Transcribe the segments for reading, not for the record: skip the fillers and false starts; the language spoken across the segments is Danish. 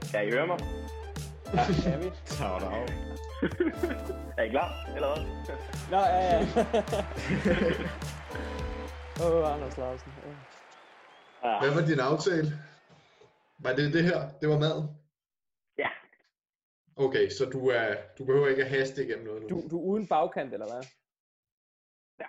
Kan I høre mig? Ja, er vi? Tag dig af. Er I klar, eller hvad? Nå, ja. Anders Larsen. Ja. Hvad var din aftale? Var det det her? Det var maden? Ja. Okay, så du behøver ikke at haste igennem noget nu. Du er uden bagkant, eller hvad? Ja.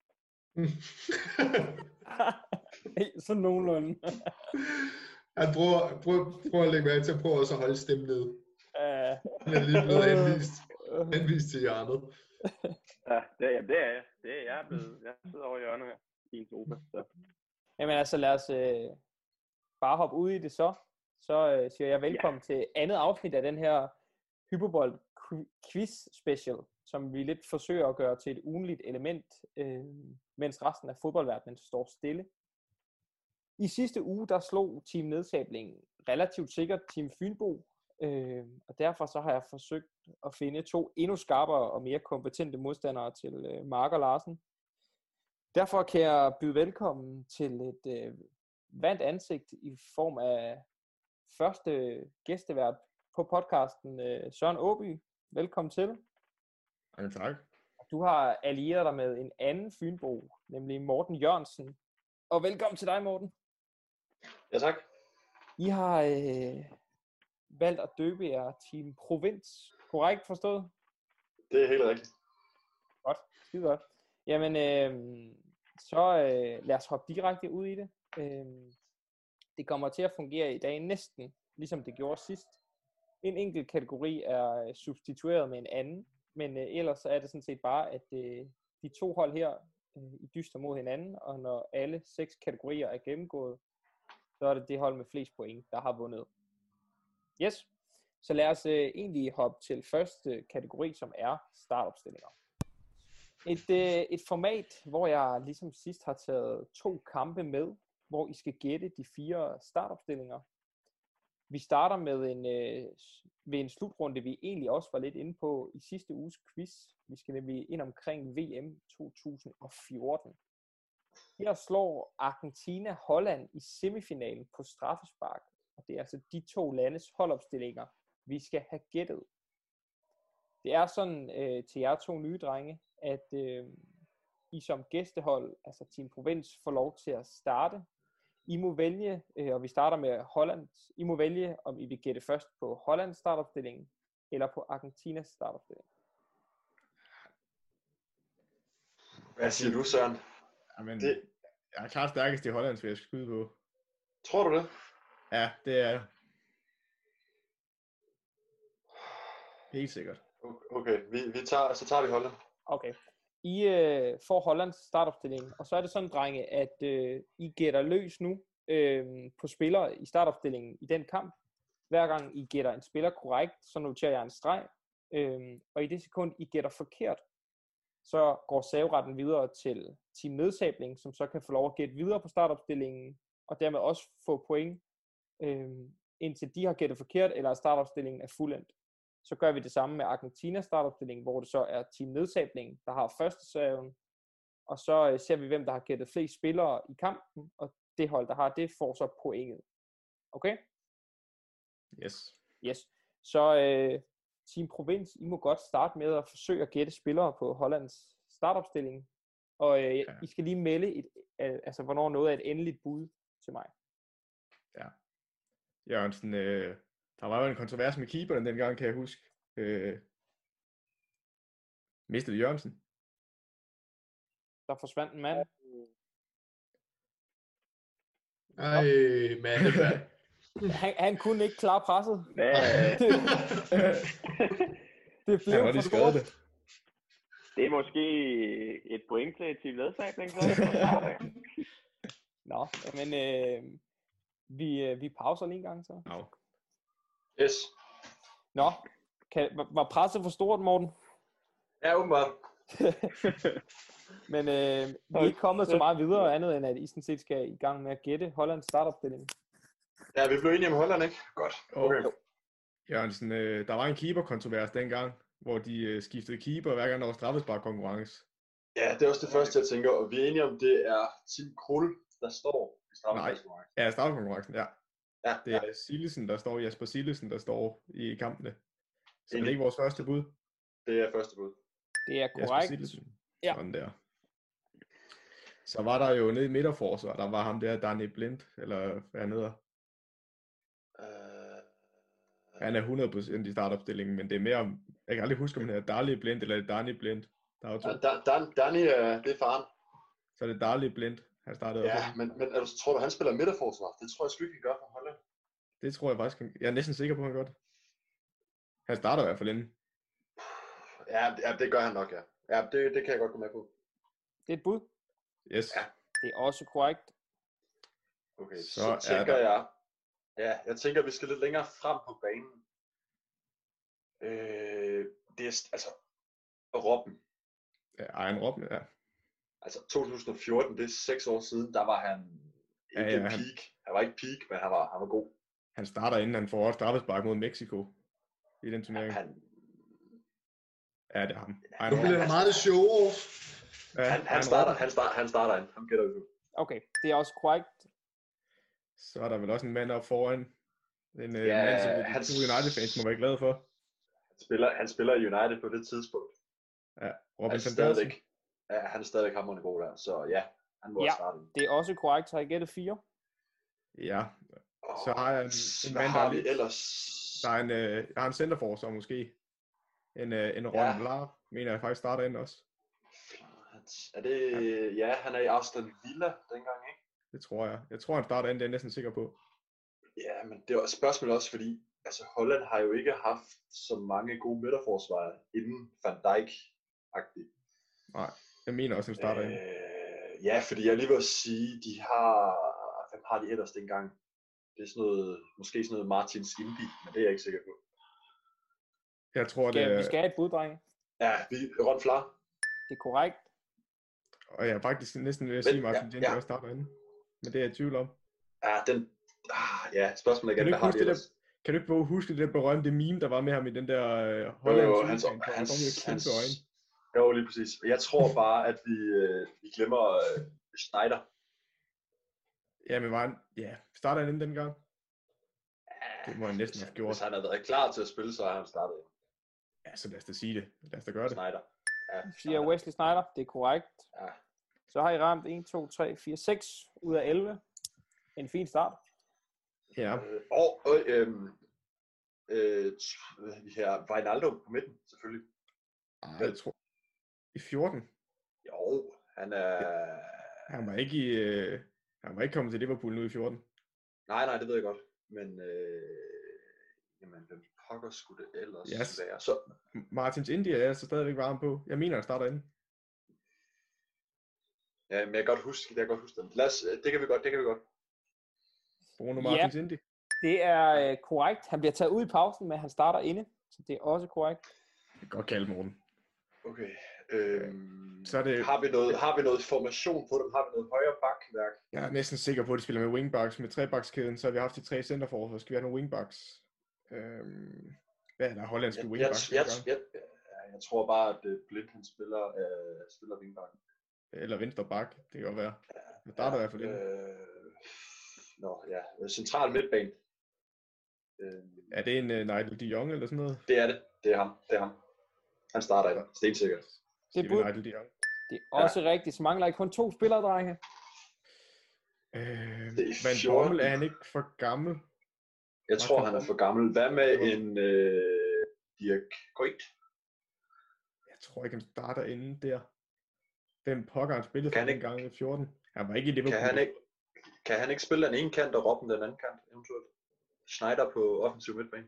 Sådan nogenlunde. Jeg prøver at lægge mærke til at prøve også at holde stemmen ned. Den er lige blevet henvist til hjørnet. Ja, det er jeg. Jeg er blevet. Jeg sidder over i hjørnet her i en sofa. Så. Jamen altså, lad os bare hoppe ud i det så. Så siger jeg velkommen til andet afsnit af den her Hyperbold quiz special, som vi lidt forsøger at gøre til et ugenligt element, mens resten af fodboldverdenen står stille. I sidste uge, der slog Team Nedsabling relativt sikkert Team Fynbo, og derfor så har jeg forsøgt at finde to endnu skarpere og mere kompetente modstandere til Mark og Larsen. Derfor kan jeg byde velkommen til et vandt ansigt i form af første gæstevært på podcasten, Søren Åby. Velkommen til. Ja, tak. Du har allieret dig med en anden Fynbo, nemlig Morten Jørgensen. Og velkommen til dig, Morten. Ja, tak. I har valgt at døbe jer Team Provins. Korrekt forstået? Det er helt rigtigt. Godt, skide godt. Jamen, lad os hoppe direkte ud i det. Det kommer til at fungere i dag næsten, ligesom det gjorde sidst. En enkelt kategori er substitueret med en anden, men ellers er det sådan set bare, at de to hold her i dyster mod hinanden, og når alle 6 kategorier er gennemgået, så er det det hold med flest point, der har vundet. Yes, så lad os egentlig hoppe til første kategori, som er startopstillinger. Et format, hvor jeg ligesom sidst har taget 2 kampe med, hvor I skal gætte de 4 startopstillinger. Vi starter med ved en slutrunde, vi egentlig også var lidt inde på i sidste uges quiz. Vi skal nemlig ind omkring VM 2014. Her slår Argentina Holland i semifinalen på straffespark. Og det er altså de 2 landes holdopstillinger, vi skal have gættet. Det er sådan til jer 2 nye drenge, at I som gæstehold, altså Team Provins, får lov til at starte. I må vælge, og vi starter med Holland, I må vælge, om I vil gætte først på Hollands startopstilling, eller på Argentinas startopstilling. Hvad siger du, Søren? Jamen, jeg er klart stærkest i Holland, vil jeg skyde på. Tror du det? Ja, det er jeg. Helt sikkert. Okay, så tager vi Holland. Okay. I får Hollands startopstilling, og så er det sådan, drenge, at I gætter løs nu på spillere i startopstillingen i den kamp. Hver gang I gætter en spiller korrekt, så noterer jeg en streg, og i det sekund, I gætter forkert, så går serveretten videre til Team Nedsabling, som så kan få lov at gætte videre på startopstillingen, og dermed også få point, indtil de har gættet forkert, eller startopstillingen er fuldendt. Så gør vi det samme med Argentinas startopstilling, hvor det så er Team Nedsabling, der har første serven, og så ser vi, hvem der har gættet flest spillere i kampen, og det hold, der har det, får så pointet. Okay? Yes. Så Team Provins, I må godt starte med at forsøge at gætte spillere på Hollands startopstilling, og I skal lige melde, altså hvornår noget er et endeligt bud til mig. Ja. Jørgensen, der var jo en kontrovers med keeperen dengang, kan jeg huske. Mistede Jørgensen? Der forsvandt en mand. Ej, mand. Han kunne ikke klare presset. Det blev han var lige skadet det. Det er måske et point til Team Nedsabling. Nå, men vi pauser lige en gang så. No. Yes. Nå, var presset for stort, Morten? Ja, åbenbart. Men vi er ikke kommet så meget videre andet, end at I sådan set skal i gang med at gætte Hollands startopstilling. Ja, vi blev enige om Holland, ikke? Godt. Okay. Jørgensen, der var en keeper-kontrovers dengang, hvor de skiftede keeper, hver gang der var straffespark-konkurrence. Ja, det er også det første, jeg tænker, og vi er enige om, det er Tim Krul, der står i straffespark-konkurrencen. Ja, straffespark-konkurrencen, ja. Ja, Det er Sillesen, Jasper Sillesen, der står i kampene. Så er Enig. det ikke vores første bud? Det er første bud. Det er Jasper korrekt. Sillesen. Ja. Sådan der. Så var der jo nede i midterforsvar, der var ham der, Danny Blind, eller hvad han hedder. Han er 100% i startopstillingen, men det er mere, jeg kan aldrig huske, om han hedder Darley Blind, eller Danny Blind. Der er jo to. Danny, det er faren. Så er det Darley Blind, han startede Ja, op. men tror du, han spiller midterforsvar? Det tror jeg sgu ikke, han gør for Holland. Det tror jeg faktisk, jeg er næsten sikker på, han godt. Han starter i hvert fald inden. Ja, det gør han nok, ja. Ja, det kan jeg godt gå med på. Det er et bud. Yes. Ja. Det er også korrekt. Okay, Så så er tænker der- jeg... Ja, jeg tænker, vi skal lidt længere frem på banen. Det er altså... Robben. Ja, Ejern Robben, ja. Altså 2014, det er 6 år siden, der var han ikke Ja, peak. Han var ikke peak, men han var god. Han starter inden han får straffespark mod Mexico i den turnering. Ja, det er ham. Nu bliver det meget show-off. Ja, Han starter ind. Ham gætter vi på. Okay, det er også korrekt. Så er der vel også en mand op foran. En Ja, mand, som de to United-fans må være glade for. Han spiller i United på det tidspunkt. Ja, Robin Altså, van Persie. han er stadigvæk hamrende god der. Så ja, han må også starte ind. Det er også korrekt. Så har jeg gættet 4. Ja, så har jeg en mand, har der vi lige... ellers? Der er jeg har en centerforsvar måske. En Ron Vlaar, mener jeg faktisk starter ind også. Er det... Ja, han er i Aston Villa dengang, ikke? Det tror jeg. Jeg tror, han starter ind, det er jeg næsten sikker på. Ja, men det er også spørgsmålet også, fordi altså Holland har jo ikke haft så mange gode midterforsvarer inden Van Dijk-agtigt. Nej, jeg mener også, han starter ind. Ja, fordi jeg lige vil sige, de har... Hvem har de ellers dengang? Det er sådan noget, måske sådan noget Martin Skinby, men det er jeg ikke sikker på. Jeg tror, det er... Vi skal have et bud, drenge. Ja, Ron Vlaar. Det er korrekt. Og jeg er faktisk næsten ved at sige, Martin Jensen også starter inde. Men det er jeg i tvivl om. Ja, spørgsmålet igen, hvad har de ellers? Kan du ikke huske det der berømte meme, der var med ham i den der hans Jo, lige præcis. Jeg tror bare, at vi glemmer Schneider. Ja, men starter han inden dengang? Det må han næsten have gjort. Hvis han havde været klar til at spille, så har han startet. Ja, så lad os da sige det. Lad os da gøre det. Schneider. Ja, Siger Wesley Sneijder. Det er korrekt. Ja. Så har I ramt 1, 2, 3, 4, 6 ud af 11. En fin start. Ja. Vi har Wijnaldum på midten, selvfølgelig. Jeg tror... I 14? Jo, han er... Han var ikke kommet til Liverpool nu i 14. Nej, det ved jeg godt. Men jamen, hvem pokker skulle det ellers være? Så... Martins India er så stadigvæk varm på. Jeg mener, han starter inde. Ja, men jeg kan godt huske den. Det kan vi godt. Bruno Martins India. Det er korrekt. Han bliver taget ud i pausen, men han starter inde. Så det er også korrekt. Jeg kan godt kalde Morten. Okay. Så er det... Har vi noget formation på dem? Har vi noget højre bakværk? Jeg er næsten sikker på, at de spiller med wingbacks. Med trebackskæden, så har vi haft de 3 centerforsvar. Så skal vi have nogle wingbacks. Hvad er der hollandske wingbacks? Jeg tror bare, at Blind han spiller wingback. Eller venstre bak, det kan godt være. Der er der i hvert fald central midtbane. Er det en Nigel de Jong eller sådan noget? Det er det. Det er ham. Han starter ind. Stensikkert. Det er bud. Det er også rigtigt. Så mangler I kun 2 spillere, drenge. Van Bommel, er han ikke for gammel? Jeg tror, han er for gammel. Hvad med en Dirk Kuyt? Jeg tror ikke, han starter inden der. Den pokker han spillede for den gang i 14. Han var ikke i Liverpool. Kan han ikke spille den ene kant og Robben den anden kant, eventuelt? Schneider på offensiv midtbane?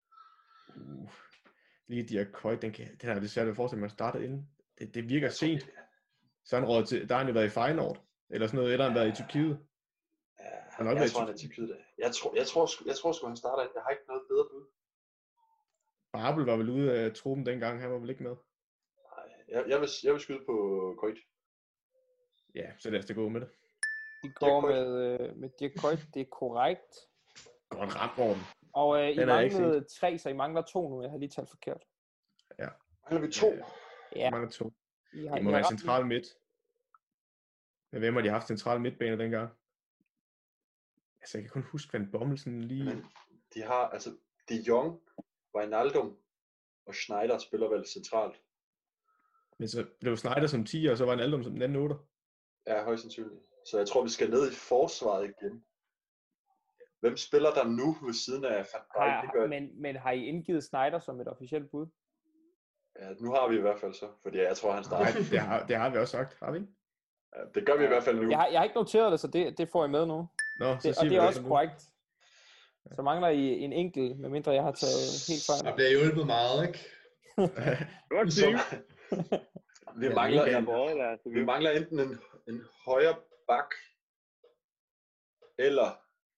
Lige Dirk Kuyt, det er det svært at forestille, at man startede inden. Det virker sent. Så han råd til, der har han jo været i Feyenoord, eller sådan noget, eller han været i Tyrkiet. Jeg tror, han er i Tyrkiet. Jeg tror sgu, han starter ind. Jeg har ikke noget bedre bud. Babel var vel ude af truppen dengang, han var vel ikke med? Nej, jeg vil skyde på Kuyt. Ja, så lad os da gå med det. Vi går med Dirk Kuyt, det er korrekt. Godt ramt, Morten. Og I manglede 3, så I mangler 2 nu. Jeg har lige talt forkert. Ja. Mangler vi 2? Ja. Mangler 2. Det må være central midt. Men hvem har de haft central midtbane dengang? Altså, jeg kan kun huske Van Bommel sådan lige... Men de har, altså, De Jong, Wijnaldum og Schneider spiller vel centralt. Men så blev Snyder som 10, og så var en Aldum som den anden 8. Ja, højst sandsynligt. Så jeg tror, vi skal ned i forsvaret igen. Hvem spiller der nu ved siden af Van Dijk? Men har I indgivet Snyder som et officielt bud? Ja, nu har vi i hvert fald så, fordi jeg tror, han starter. Nej, det har vi også sagt, har vi ikke? Ja, det gør vi i hvert fald nu. Jeg har ikke noteret det, så det får I med nu. Nå, så og det er også korrekt. Så mangler I en enkelt, medmindre jeg har taget helt fejl. Der bliver hjulpet meget, ikke? Vi mangler enten en højre bak, eller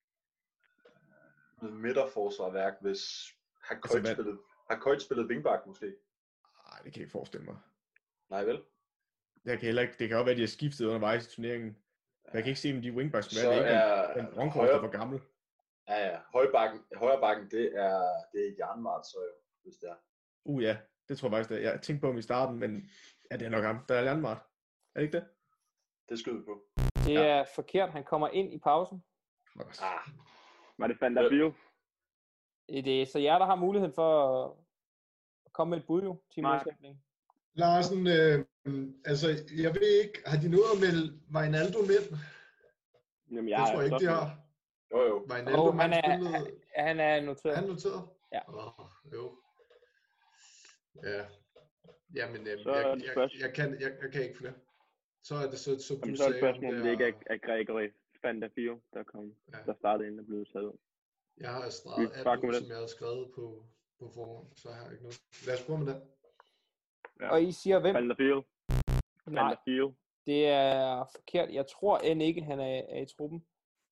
noget midterforsvarværk, hvis har Køjt spillet wingback måske? Nej, det kan jeg ikke forestille mig. Nej vel? Det kan også være, at de har skiftet undervejs i turneringen. Jeg kan ikke se, om de wingbacks skal være. Det er en Bronkhorst, der er for gammel. Ja. Højre bakken, det er Jernmart, så jo, hvis det er. Ja, det tror jeg faktisk, det er. Jeg tænkte på ham i starten, men ja, det er nok ham. Der er Jernmart. Er det ikke det? Det skyder vi på. Det er forkert. Han kommer ind i pausen. Var det Van der Bio? Det er så jer, der har muligheden for at komme med et bud, jo, teamodsætning. Larsen, altså, jeg ved ikke, har de nået at melde Wijnaldum ind? Jamen, det tror jeg ikke, de har. Jo. Wijnaldum, han er noteret. Han er noteret? Ja. Jo. Ja. Jamen, jeg kan ikke flere. Så er det så du sagde. Så er det spørgsmål, om det ikke er Gregory Van der Bio, der startede inden og blev taget ud. Jeg har streget alt ud, som jeg havde skrevet på forhånd, så har jeg ikke noget. Lad os prøve med det. Ja. Og I siger hvem? Van der Bio. Nej, det er forkert. Jeg tror end ikke, han er i truppen.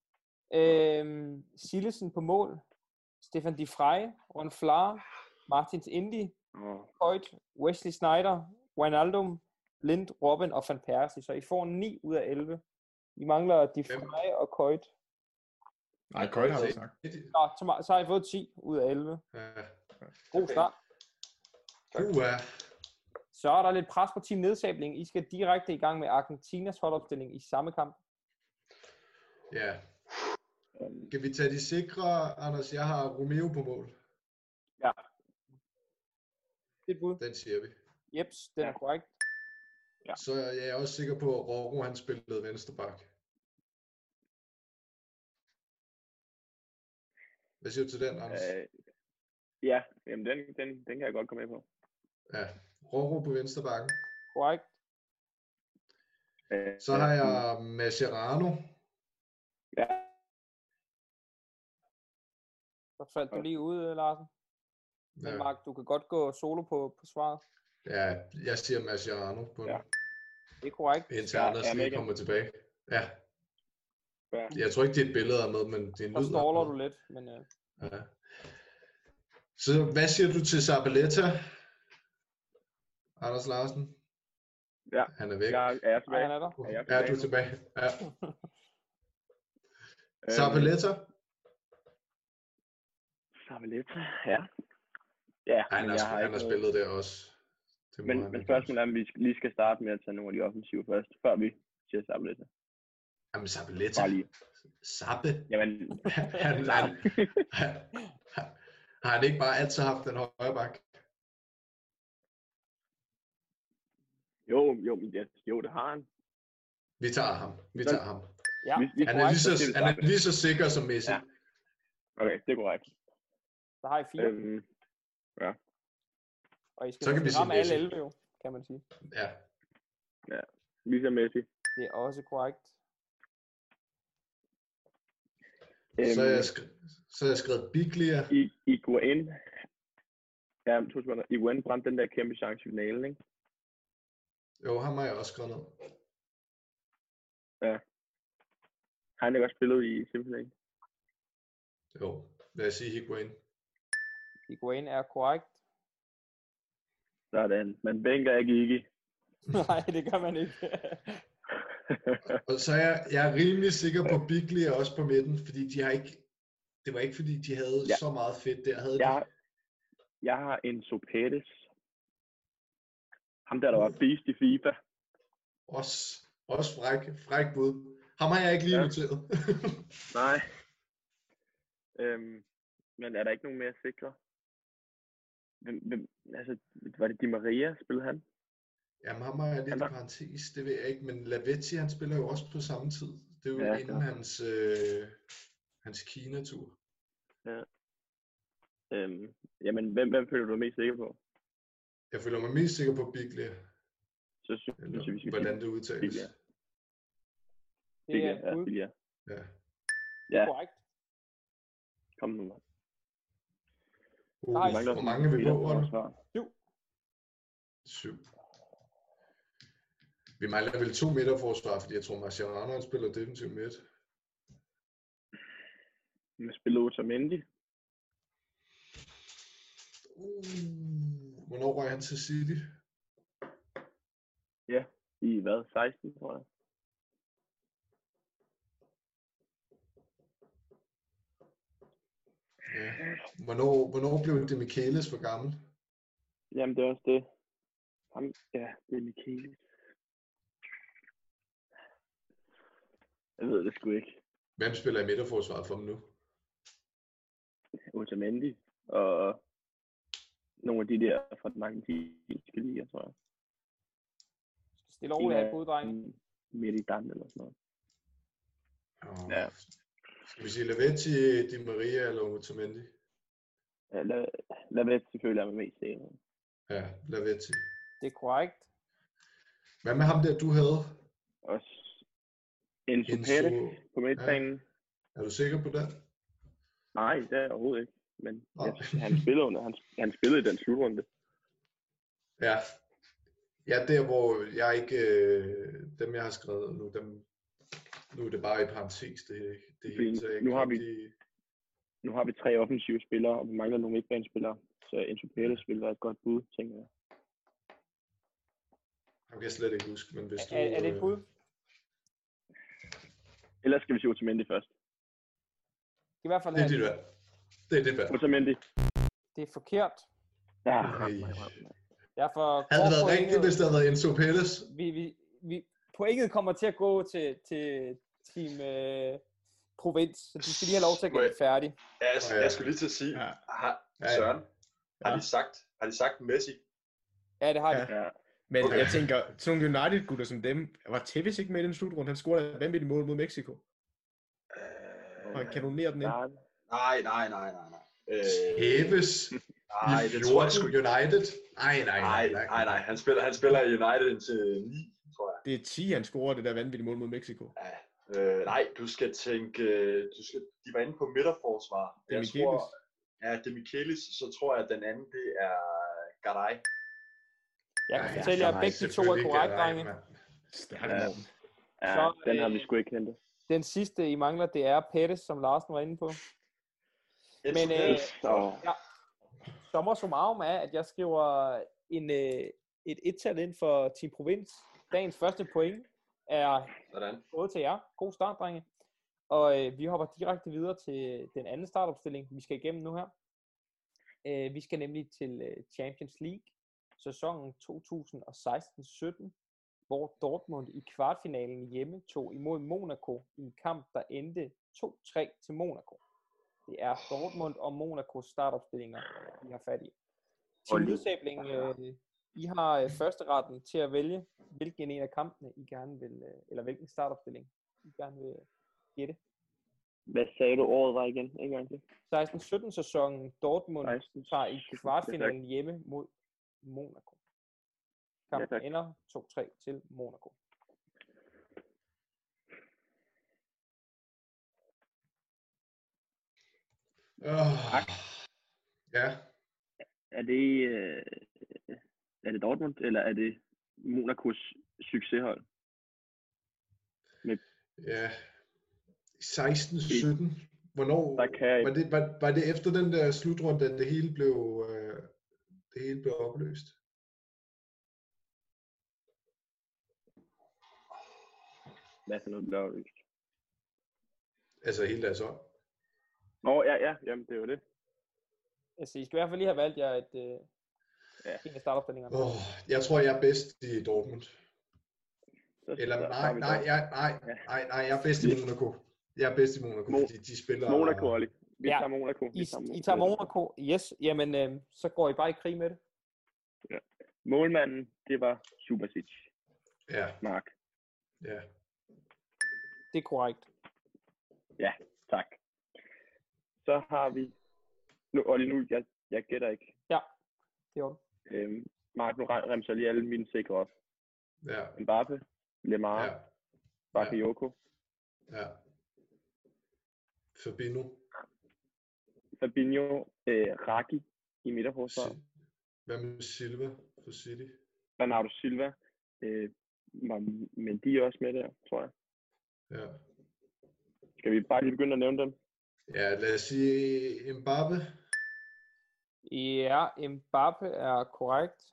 Sillesen på mål. Stefan de Vrij, Ron Vlaar, Martins Indy, Højt, Wesley Sneijder, Wijnaldum, Blind, Robben og Van Persie. Så I får 9 ud af 11. I mangler de Vrij og Køjt. Nej, Køjt har vi sagt. Nå, så har I fået 10 ud af 11. Ja. God start. Så er der lidt pres på Team Nedsabling. I skal direkte i gang med Argentinas holdopstilling i samme kamp. Ja. Kan vi tage de sikre, Anders? Jeg har Romeo på mål. Ja. Det er et bud. Den siger vi. Jeps, den er korrekt. Ja. Så jeg er også sikker på, at Roro, han spillede venstreback. Hvad siger du til den, Anders? Ja, jamen den kan jeg godt komme med på. Ja, Roro på venstrebacken. Korrekt. Så har jeg Mascherano. Ja. Så faldt du lige ud, Larsen. Men Mark, du kan godt gå solo på svaret. Ja, jeg siger Mascherano på den. Det er korrekt. Indtil Anders lige kommer tilbage. Ja. Jeg tror ikke, det er et billede af med, men det er en lyd. Så ståler du lidt, men... Ja. Så hvad siger du til Zabaleta? Anders Larsen? Ja. Han er væk. Jeg er tilbage. Han er der. Ja, du er tilbage. Ja. Zabaleta? Zabaleta, ja. Ja, han har spillet der også. Men spørgsmålet er, om vi lige skal starte med at tage nogle af de offensive først, før vi siger Zabaleta. Jamen Zabaleta? Zabbe? Jamen... Har han ikke bare altid haft den højre bak? Jo, det har han. Vi tager ham. Ja. Han er lige så sikker som Messi. Ja. Okay, det er korrekt. Så har I 4. Ja. Og I skal ramme alle 11 jo, kan man sige. Ja. Ja, ligesom Messi. Det er også korrekt. Så har jeg skrevet Biglia. Higuain. Ja, 2 sekunder. Higuain brændte den der kæmpe chance i finalen, ikke? Jo, ham har jeg også skrevet ned. Ja. Har han ikke også spillet i semifinalen? Jo, lad os sige Higuain. Higuain er korrekt. Sådan. Man bænker ikke Iggy. Nej, det gør man ikke. Og så er jeg rimelig sikker på Biglia også på midten, fordi de har ikke, det var ikke fordi de havde så meget fedt der, havde de? Jeg har Enzo Pérez. Ham der var beast i FIFA. Også fræk bud. Ham har jeg ikke lige noteret. Nej. Men er der ikke nogen mere sikre? Altså, var det Di Maria, spillede han? Jamen, ham er lidt i parentes, det ved jeg ikke, men Lavetti, han spiller jo også på samme tid. Det er jo inden hans Kina-tur. Ja. Jamen, hvem føler du mest sikker på? Jeg føler mig mest sikker på Biglia. Så synes jeg, vi skal hvordan det udtales. Biglia. Biglia. Ja. Korrekt. Kom nu, mand. Hvor mange vil vi på? 7. Vi mangler vel 2 midterforsvar, fordi jeg tror, Marciano han spiller defensivt midt. Vi spiller Otamendi. Hvornår var han til City? Ja, i hvad? 16, tror jeg. Ja. Hvornår blev det Michaelis for gammel? Jamen, det er også det. Det er Michaelis. Jeg ved det sgu ikke. Hvem spiller i midterforsvaret for dem nu? Otamendi og nogle af de der fra den argentinske liga, tror jeg. Stille over af gode drenge. Meridan eller sådan noget. Ja. Skal vi sige Lavetti, Di Maria eller Otamendi? Ja, Lavetti selvfølgelig er med mest sikker. Ja, Lavetti. Det er korrekt. Hvad med ham der, du havde? Også Enzo Perez på midtbanen. Ja. Er du sikker på det? Nej, det er jeg overhovedet ikke. Men han spillede i den slutrunde. Ja. Ja, der hvor jeg ikke, dem jeg har skrevet nu, nu er det bare i parentes, det hele. Så nu har vi 3 offensive spillere, og vi mangler nogle midtbanespillere. Så Enzo Perez vil være et godt bud, tænker jeg. Jeg kan slet ikke huske, men hvis du... Er det et bud? Ellers skal vi se Otamendi først. I hvert fald det er dit valg. Det er dit valg. Otamendi. Det er forkert. Ja. Derfor havde det været rigtigt, hvis det havde været Enzo Perez? Pointet kommer til at gå til Team Provins, så de skal lige have lov til at gøre det færdigt. Jeg skulle lige til at sige, Søren, har de sagt Messi? Ja, det har de. Ja. Men jeg tænker, sådan nogle United-gutter som dem, var Tevez ikke med i den slutrunde? Han scorede et vanvittigt mål mod Mexico. Og han kanonerer den ind. Nej. Tevez? Nej, det tror jeg sgu United? Nej. Han spiller i United indtil 9, tror jeg. Det er 10, han scorer det der vanvittige mål mod Mexico. Ja. Nej, du skal tænke, de var inde på midterforsvar. Det er Michaelis. Det er Michaelis, så tror jeg, at den anden, det er Garay. Jeg kan fortælle jer, at begge de to er korrekt, drenge. Ja, den har vi sgu ikke hentet. Den sidste, I mangler, det er Pettis, som Larsen var inde på. Men sommer summarum er, at jeg skriver et et-tal ind for Team Provins. Dagens første point er gået til jer. God start, drenge. Og vi hopper direkte videre til den anden startopstilling, vi skal igennem nu her. Vi skal nemlig til Champions League, sæsonen 2016-17, hvor Dortmund i kvartfinalen hjemme tog imod Monaco i en kamp, der endte 2-3 til Monaco. Det er Dortmund og Monacos startopstillinger, vi har fat i. Til udsætning, I har førsteretten til at vælge, hvilken en af kampene I gerne vil, eller hvilken startopstilling I gerne vil gætte. Hvad sagde du året var igen? En gang til. 16-17 sæsonen, Dortmund tager i kvartfinalen hjemme mod Monaco. Kampen ender 2-3 til Monaco. Ja. Er det Dortmund, eller er det Monacos succeshold? Ja. 16-17. Hvornår var det efter den der slutrunde, at det hele blev opløst? Hvad for noget blev opløst? Altså hele deres år. Ja, jamen det var det. Altså, I skal i hvert fald lige have valgt jer en af startopstillingerne. Jeg tror, jeg er bedst i Dortmund. Eller nej, jeg er bedst i Monaco. Jeg er bedst i Monaco, fordi de spiller... Monaco, Olli. Vi Ja, tager Monaco. I tager Monaco. Yes, jamen, så går I bare i krig med det. Målmanden, det var Subasic. Ja, Mark. ja. Det er korrekt. Ja, tak. Så har vi... Nu, Olli, nu, jeg gætter ikke. Ja, det er Mark, nu remser jeg lige alle mine sikre op. Ja, Mbappe, Lemar, ja, Bakayoko, ja. Fabinho. Fabinho, Raki i midterforsvaret. Hvad med Silva for City? Bernardo Silva, men de er også med der, tror jeg. Ja. Skal vi bare lige begynde at nævne dem? Ja, lad os sige Mbappe. Ja, Mbappe er korrekt.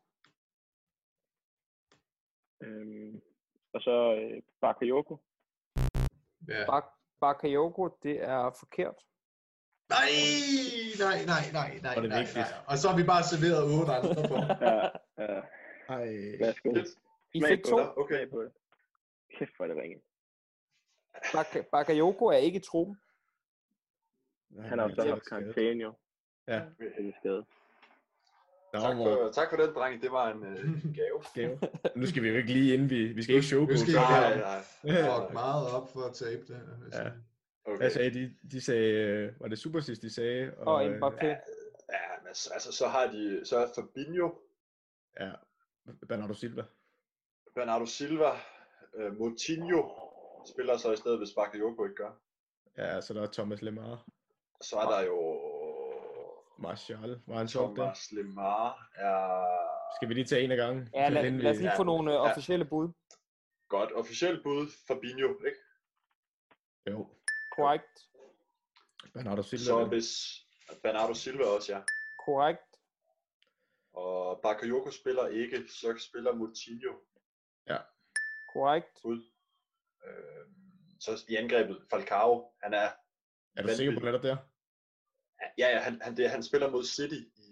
Og så Bakayoko. Ja. Bakayoko, det er forkert. Nej. Og det er vigtigt. Og så har vi bare serveret 8 andre på. Ja, Ej. værsgo. I Smag fik på 2. det. Okay. Smag på det. Kæft, hvor er det ringe. Bakayoko er ikke i truppen. Han har jo så haft karantæne jo. Ja. Det er skadet. Tak for den, dreng. Det var en gave. Gave. Nu skal vi jo ikke lige inden vi skal ikke showgå. Nu skal Nej. fuck meget op for at tabe det. Ja. Okay. Hvad sagde de? De sagde, var det Supersis, de sagde? Og Mbappé. Ja, men altså, så er Fabinho, Ja, Bernardo Silva. Bernardo Silva, Moutinho spiller så i stedet, hvis Bakayoko ikke gør. Ja, så der er Thomas Lemar. Så er der jo Martial, var han solgt der? Thomas Lemar er Skal vi lige tage en af gangen? Ja, Inden lad os lige Ja. få nogle Ja. officielle bud. godt. Officielt bud Fabinho, ikke? Jo, Korrekt. Bernardo Silva. Så vel? hvis Bernardo Silva også, ja. Korrekt. Og Bakayoko spiller ikke, så spiller Moutinho Korrekt. bud. Så i angrebet, Falcao, han er Er du sikker på netop der? Ja, han spiller mod City i,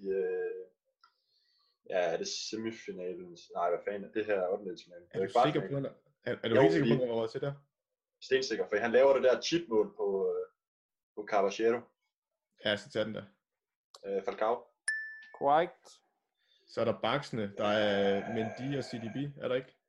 er det semifinalen? Nej, hvad fanden er det her 8-finalen? Er du sikker på, er du Jo, helt sikker på, fordi- at du har råd til der? Stensikker, for han laver det der chipmål på Caballero, Ja, så tager den der. Falcao. Korrekt. Så er der baksene, der er Mendy og CDB, er der ikke?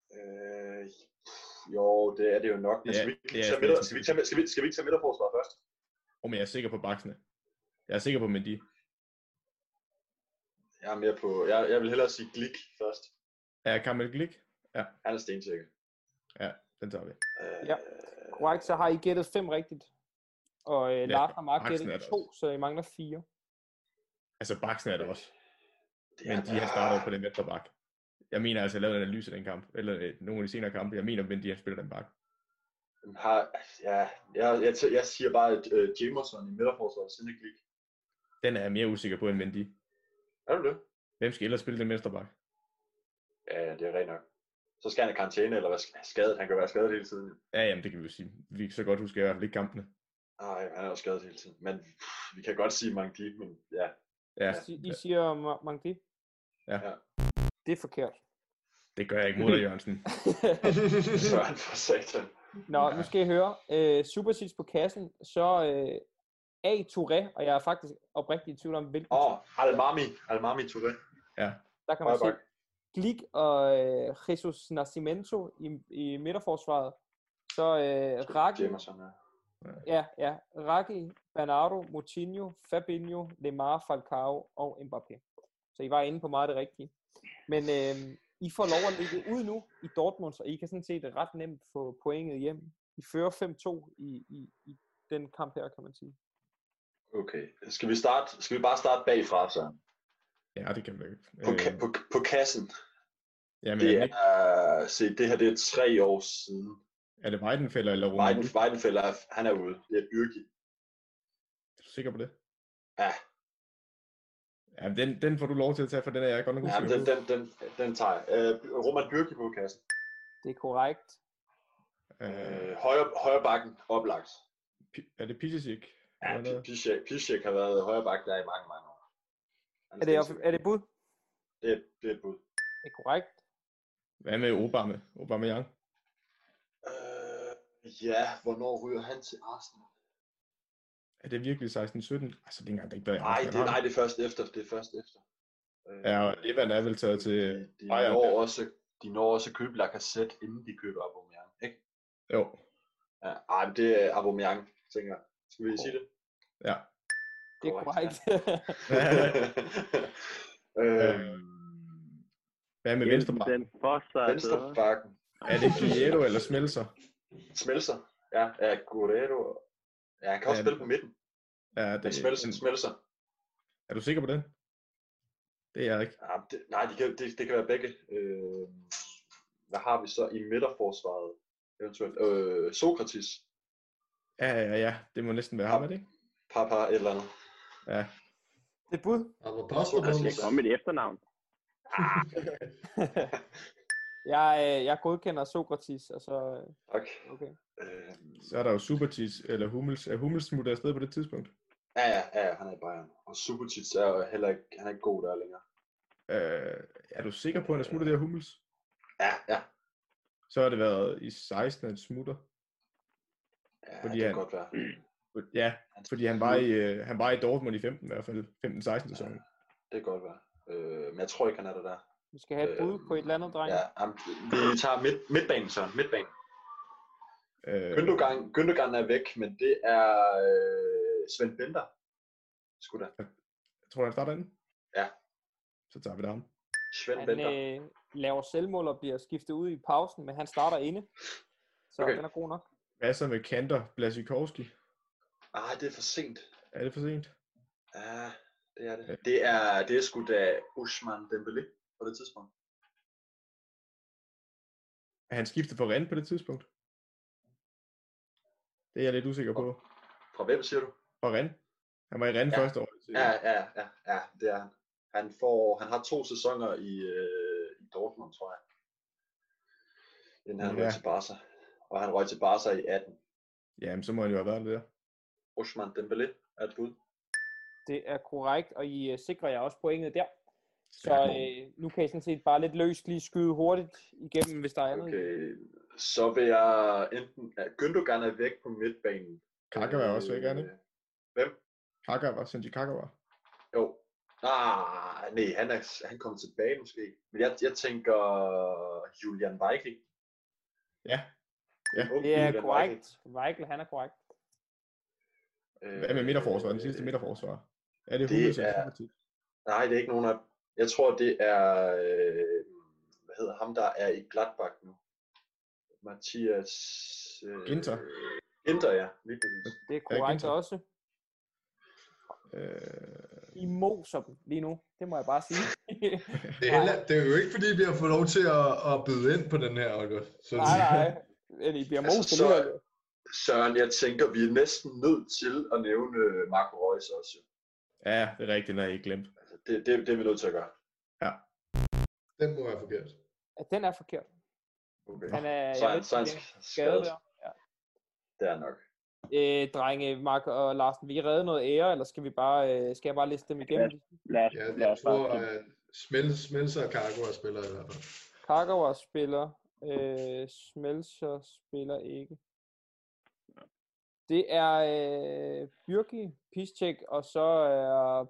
Jo, det er det jo nok, men Ja, skal vi ikke det er tage skal vi ikke tage midterforsvar først? Men jeg er sikker på baksene. Jeg er sikker på Mendy. Jeg er mere på, jeg vil hellere sige Glick først. Er Kamil Glik? Han er stensikker. Ja, den tager vi. Ja. Korrekt, så har I gættet 5 rigtigt. Og Lars og Mark baksen er gættet der 2, så I mangler 4. Altså baksene er der også. Det er Men de har startet på den venstre bak. Jeg mener altså, jeg lavede en analyse af den kamp, eller nogle af de senere kampe. Jeg mener, at de har spillet den bak. Jeg siger bare, at Jamerson i midterforsvaret siden Glick. Den er jeg mere usikker på end Mendy. Er du det? Hvem skal ellers spille den venstre bak? Ja, det er rent nok. Så skal han i karantæne, eller være skadet. Han kan være skadet hele tiden. Ja, jamen det kan vi jo sige. Vi kan så godt huske i hvert fald ikke kampene. Nej, han er jo skadet hele tiden. Men vi kan godt sige Mangdi, men ja. Ja, I siger Mangdi? Ja. Det er forkert. det gør jeg ikke mod dig, Jørgensen. Så er han for satan. Nå, nu skal I høre. Supersits på kassen, så A. Touré, og jeg er faktisk oprigtigt i tvivl om, hvilken. Almami Touré. Ja, Der kan man se Højre bak. Glick og Jesus Nascimento i midterforsvaret. Så Raki, Jamerson, ja. ja, Raki, Bernardo, Moutinho, Fabinho, Lemar, Falcao og Mbappé. Så I var inde på meget det rigtige. Men I får lov at ligge ud nu i Dortmund, så I kan sådan set ret nemt få pointet hjem. I fører 5-2 i den kamp her, kan man sige. Okay. Skal vi bare starte bagfra, så? ja, det kan vi ikke. På kassen. Jamen, Det er, det her det er 3 år siden. er det Weidenfeller eller Roman? Weidenfeller, han er ude. Det er Bürki. Er du sikker på det? Ja, Ja, den får du lov til at tage, for den er jeg godt nok ja men usikker på. den tager jeg. Roman Bürki på kassen. Det er korrekt. Højre bakken oplagt. Er det Pisicik? Ja, Eller noget? Piszczek har været højre bak der i mange år. Han Er det bud? Det er et bud. Det er korrekt. Hvad med Aubameyang? Ja, hvornår ryger han til Arsenal? Er det virkelig 16-17? Altså, det er ikke engang, det er ikke været i Nej, Arsenal. det er først efter. Det er først efter. Ja, og Evan er vel taget til de Bayern. de når også at købe Lacazette, inden de køber Aubameyang, ikke? Jo, Ja, ej, men det er Aubameyang, tænker jeg. Skal vi sige det? ja. Det er korrekt. Hvad med venstrebakken? Den fortsat. Venstrebakken. Er det Guerrero eller Smelser? Smelser. Ja, Guerrero. Ja, han kan også spille på midten. Ja, Men Smelser. Er du sikker på den? Det er jeg ikke. Ja, nej, det kan være begge. Hvad har vi så i midterforsvaret? Eventuelt. Sokratis. Ja. Det må næsten være ham, er det ikke? Papa et eller andet. Ja. Det er bud. Jeg kom med et efternavn. Jeg godkender Sokratis, og så... Tak. Okay. Så er der jo Subotic eller Hummels. Er Hummels smuttet afsted på det tidspunkt? Ja, han er i Bayern. Og Subotic er jo heller ikke, han er ikke god der længere. Er du sikker på, at han er smuttet der Hummels? Ja. Så har det været i 16, han smutter. Ja, Fordi det kan han- godt være. Ja, fordi han var i Dortmund i 15 i hvert fald. 15-16 sæsonen. Det kan godt være. Men jeg tror ikke, han er der. Vi skal have et bud på et eller andet, dreng. Ja, vi tager midtbanen, så. Midtbanen. Gündogan er væk, men det er Sven Bender. Sgu da. Jeg tror, han starter inde. Ja. Så tager vi det ham. Sven Bender. Han laver selvmål og bliver skiftet ud i pausen, men han starter inde. Så Okay. den er god nok. Hvad så med Kanter Blasikowski? Det er for sent. Er det for sent? Ja, det er det. Det er sgu da Ousmane Dembélé på det tidspunkt. Er han skiftet for Rennes på det tidspunkt? Det er jeg lidt usikker på. Fra hvem siger du? For Rennes? Han var i Rennes første år. Ja, det er han. Han har 2 sæsoner i Dortmund, tror jeg. Inden han røg til Barca. Og han røg til Barca i 18. Jamen, så må han jo have været der. Ousmane Dembélé er et bud. Det er korrekt, og I sikrer jer også pointet der. Så nu kan I sådan set bare lidt løst lige skyde hurtigt igennem, hvis der er andet. Okay, så vil jeg enten... Gündogan er væk på midtbanen. Kaka var også væk, er han ikke? Hvem? Kaka var, Sanji Kaka var. Jo. Nej, han kom tilbage måske. Men jeg tænker Julian Weigl. Ja. Det er korrekt. Weigl, han er korrekt. Hvad med midterforsvar? Den sidste midterforsvar? Er det det Hummels er- eller Subotic? Nej, det er ikke nogen af... Jeg tror, det er... hvad hedder ham, der er i Gladbach nu? Mathias... Ginter. Ginter, ja. Lige præcis. Det er korrekt Ginter. også. I moser dem lige nu. Det må jeg bare sige. Det er jo ikke fordi, vi har fået lov til at byde ind på den her, Oliver. Så nej. Men I bliver moset så, alligevel. Søren, jeg tænker, vi er næsten nødt til at nævne Marco Reus også. Ja, det er rigtigt, når jeg ikke glemt. Altså, det er vi nødt til at gøre. den må være forkert. Ja, den er forkert. Okay. Han er, Så jeg er ved så er han ikke, skadet skadet. der. Ja. Det er nok. Drenge, Mark og Larsen, vil I redde noget ære, eller skal jeg bare liste dem igennem? Lad os Jeg tror, at Smelser og Cargo spiller i hvert fald. Kagawa spiller, Smelser spiller ikke. Det er Bürki, Piszczek, og så er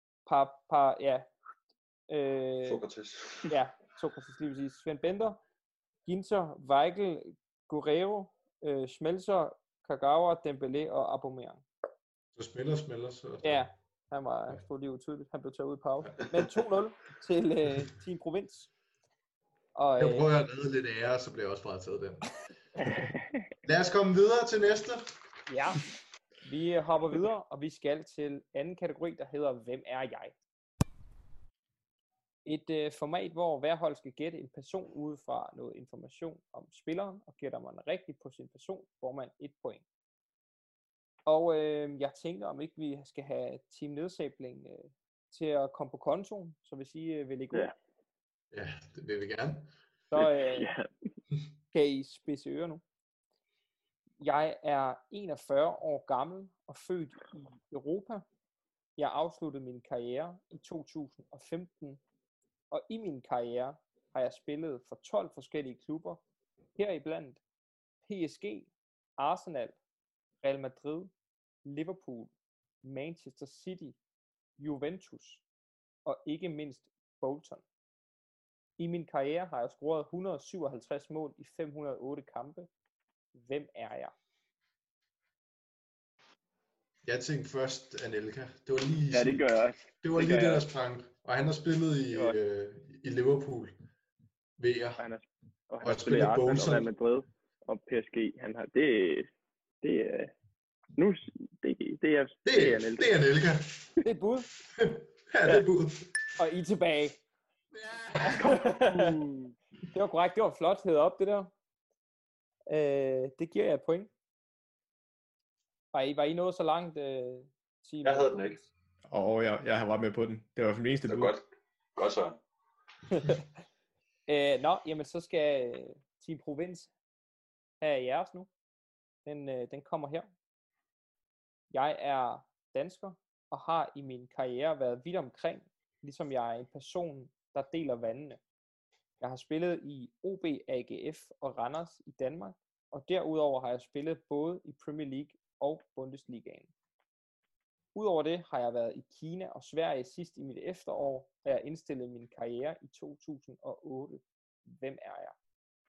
Sokratis. ja, Sokratis lige præcis. Sven Bender, Ginter, Weigl, Guerrero, Smelser, Kagawa, Dembélé og Aubameyang. Så smelter. Så. Ja, han stod lige utydeligt. Han blev taget ud i pause. Men 2-0 til Team Provins. Og, Jeg prøver at redde lidt ære, så bliver jeg også frataget den. Lad os komme videre til næste. ja, vi hopper videre, og vi skal til anden kategori, der hedder Hvem er jeg? Et format, hvor hver hold skal gætte en person ud fra noget information om spilleren, og gætter man rigtigt på sin person, får man 1 point. Og jeg tænker, om ikke vi skal have Team Nedsabling til at komme på kontoen, så hvis I vil lægge ud, Ja. Ja, det vil vi gerne. så Ja. kan I spidse ører nu. Jeg er 41 år gammel og født i Europa. Jeg afsluttede min karriere i 2015, og i min karriere har jeg spillet for 12 forskellige klubber, heriblandt PSG, Arsenal, Real Madrid, Liverpool Manchester City, Juventus og ikke mindst Bolton. I min karriere har jeg scoret 157 mål i 508 kampe. Hvem er jeg? Jeg tænkte først Anelka. Det var lige Ja, det gør jeg også. Det var Det lige gør det, jeg der også. sprang. Og han har spillet i Liverpool. VR. Og han har Og spillet i spiller Arsenal og Bolton. Real Madrid og PSG. Han har det er nu det er Anelka. Det er Anelka. Det er et bud, Ja, det er bud. og I er tilbage. Det var korrekt. Det var flot hævet op, det der. Det giver jeg et point. Var I nået så langt, Timo? Jeg havde den ikke. Og jeg har været med på den. Det var den eneste Det bud. var godt. Godt så. Jamen så skal Team Provins have jeres nu. Den kommer her. Jeg er dansker og har i min karriere været vidt omkring, ligesom jeg er en person, der deler vandene. Jeg har spillet i OB, AGF og Randers i Danmark, og derudover har jeg spillet både i Premier League og Bundesligaen. Udover det har jeg været i Kina og Sverige sidst i mit efterår, og jeg indstillede min karriere i 2008. Hvem er jeg?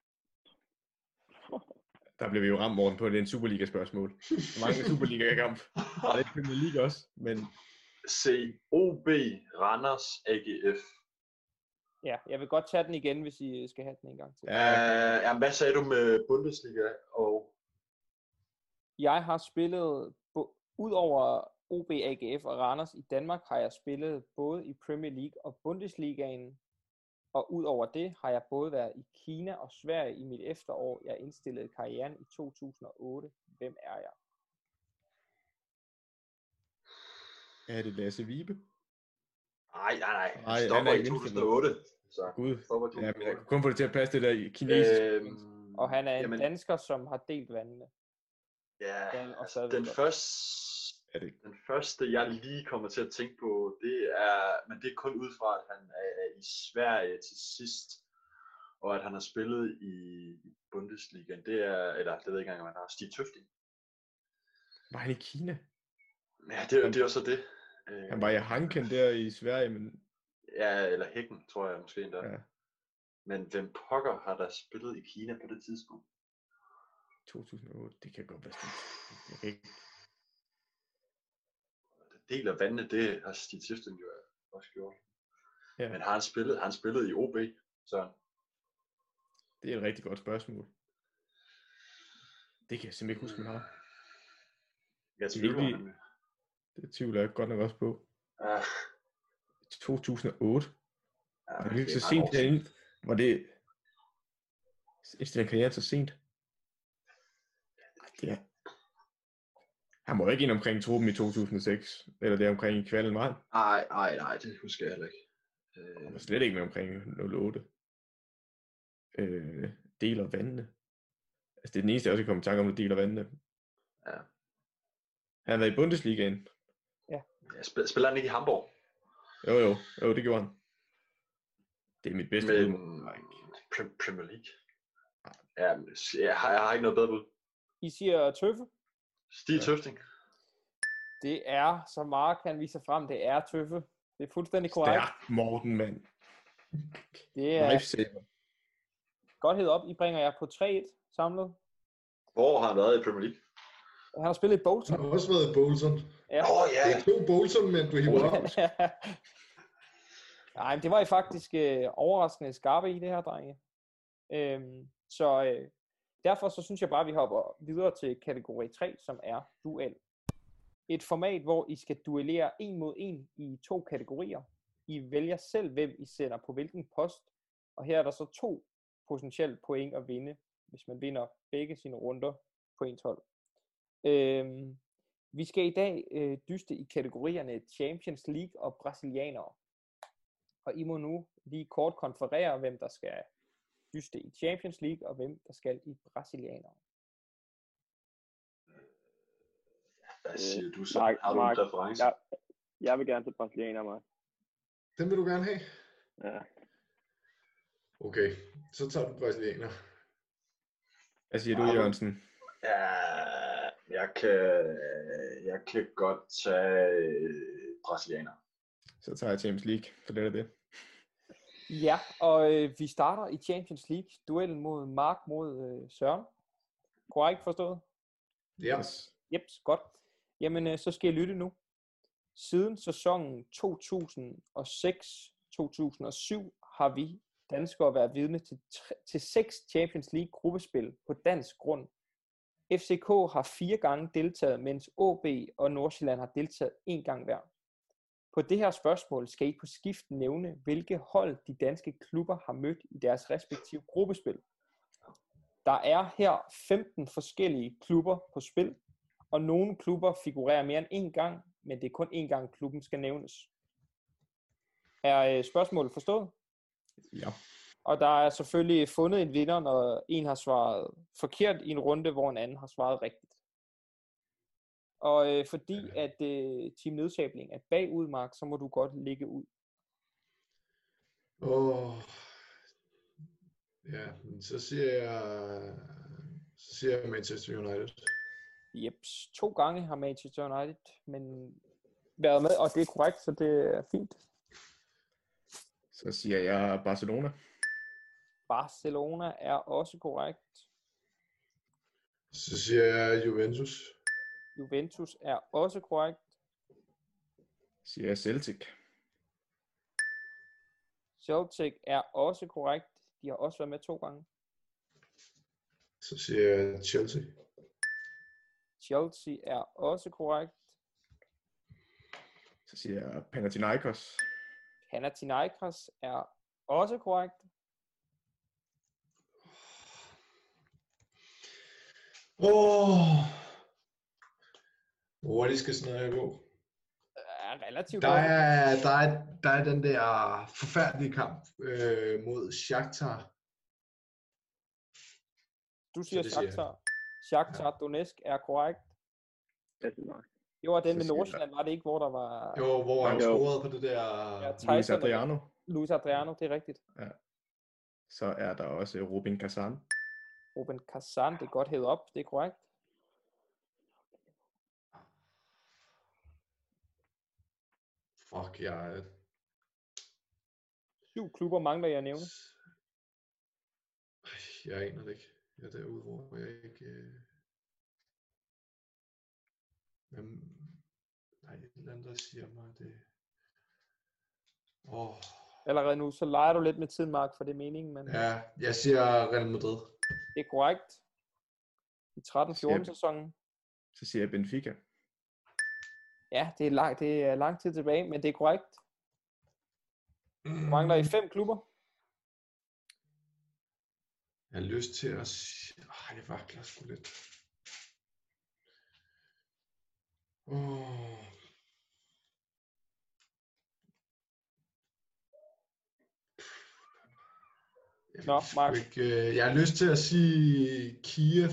Der blev vi jo ramt, Morten, på det Superliga-spørgsmål. Hvor mange Superliga-kamp? Og det er Premier League også, men COB, Randers, AGF. Ja, jeg vil godt tage den igen, hvis I skal have den en gang til. Jamen, hvad sagde du med Bundesliga og... Jeg har spillet, udover OB, AGF og Randers i Danmark, har jeg spillet både i Premier League og Bundesligaen. Og udover det har jeg både været i Kina og Sverige i mit efterår. Jeg indstillede karrieren i 2008. Hvem er jeg? er det Lasse Vibe? Nej. Nej, Han stopper han er i ikke 2008. Så Gud, stopper ja, men jeg 2008. kunne kun få det til at passe det der kinesiske. Og han er en dansker, som har delt vandene. Ja, og altså, stadigvæk den godt. Er det Den første, jeg lige kommer til at tænke på, det er, men det er kun ud fra, at han er i Sverige til sidst, og at han har spillet i Bundesligaen. Det er, eller det ved jeg ikke engang, om han har. Stig Tøfting. Var han i Kina? Ja, det er også det. Han var i Hanken der i Sverige, men Ja, eller Hækken, tror jeg måske endda. ja, Men hvem pokker har der spillet i Kina på det tidspunkt? 2008, det kan godt være sådan. Jeg kan ikke. Del af vandene, det har Stig Tøfting jo også gjort. Ja. Men har han spillet i OB, så Det er et rigtig godt spørgsmål. Det kan jeg simpelthen ikke huske, man har. jeg tvivler virkelig- nemlig. Det tvivler jeg godt nok også på. Ja, 2008. ja, Var det ikke det så er mange sent år siden. derinde? Var det... Indstillede karrieren så sent? Ej, det er... Han må jo ikke ind omkring truppen i 2006. Eller det omkring i kvalden, var han? Nej, det husker jeg heller ikke. Han var slet ikke med omkring 08. Deler vandene. Altså det er den eneste, jeg også kan komme i tanke om, der deler vandene. Ja. Han har været i Bundesligaen. Ja, spiller han ikke i Hamburg? Jo, det gjorde han. Det er mit bedste bud. Men Premier League? Ja, jeg har ikke noget bedre bud. I siger Tøffe. Stig Tøfting. Det er, så meget kan vise frem, det er Tøffe. Det er fuldstændig korrekt. Stærk Morten, mand. Det er Lifesaver. godt hed op. I bringer jer på 3-1 samlet. Hvor har han været i Premier League? Han har spillet i Bolton. Han har også været i Bolton. Ja. Ja. Det er 2 Bolton, men du hiver op. Nej, men det var I faktisk overraskende skarpe i det her, drenge. Så derfor så synes jeg bare, at vi hopper videre til kategori 3, som er duel. Et format, hvor I skal duellere 1 mod 1 i 2 kategorier. I vælger selv, hvem I sender på hvilken post. Og her er der så 2 potentielle point at vinde, hvis man vinder begge sine runder på 1-12. Vi skal i dag dyste i kategorierne Champions League og brasilianere. Og I må nu lige kort konferere, hvem der skal dyste i Champions League, og hvem der skal i brasilianere. Hvad siger du så? Mark, Har du en præference? jeg vil gerne til brasilianer, Mark. Den vil du gerne have? Ja. Okay, så tager du brasilianer. Hvad siger du, Har du- Jørgensen? Ja, Jeg kan godt tage brasilianer. Så tager jeg Champions League, for det er det. Ja, og vi starter i Champions League. Duellen mod Mark mod Søren. Korrekt forstået? Ja. Jeps, godt. Jamen, så skal jeg lytte nu. Siden sæsonen 2006-2007 har vi danskere været vidne til 6 Champions League gruppespil på dansk grund. FCK har 4 gange deltaget, mens OB og Nordsjælland har deltaget 1 gang hver. På det her spørgsmål skal I på skift nævne, hvilke hold de danske klubber har mødt i deres respektive gruppespil. Der er her 15 forskellige klubber på spil, og nogle klubber figurerer mere end 1 gang, men det er kun 1 gang klubben skal nævnes. Er spørgsmålet forstået? Ja. Og der er selvfølgelig fundet en vinder, når en har svaret forkert i en runde, hvor en anden har svaret rigtigt. Og fordi at Team Nedsabling er bagud, Mark, så må du godt ligge ud. Ja, men så siger jeg Manchester United. Jeps, 2 gange har Manchester United været med, og det er korrekt, så det er fint. Så siger jeg Barcelona. Barcelona er også korrekt. Så siger jeg Juventus. Juventus er også korrekt. Så siger jeg Celtic. Celtic er også korrekt. De har også været med 2 gange. Så siger jeg Chelsea. Chelsea er også korrekt. Så siger jeg Panathinaikos. Panathinaikos er også korrekt. Hurtigt skal sådan noget gå. Er relativt Der er den der forfærdelige kamp mod Shakhtar. Du siger det siger jeg. Shakhtar. Shakhtar Donetsk er korrekt. Det er nok. Jo, og den Så med siger jeg- Nordsjælland var det ikke, hvor der var Jo, hvor han Jo. scorede på det der... Luis Adriano. Luis Adriano, det er rigtigt. Så er der også Rubin Kazan. Ruben Kazan, det er godt hævet op, det er korrekt. Fuck, jeg... 7 klubber mangler jeg at nævne. Jeg aner det ikke. Jeg er derude, hvor jeg ikke... Men... Nej, et eller andet, der siger mig det... Allerede nu, så leger du lidt med tiden, Mark, for det er meningen, men Ja, jeg siger Real Madrid. det er korrekt. I 13-14 sæsonen. Så siger jeg Benfica. Ja, det er lang tid tilbage, men det er korrekt. Der mangler I 5 klubber. Jeg har lyst til at sige... det vakler sgu lidt. Nå, Mark. Jeg har lyst til at sige Kiev.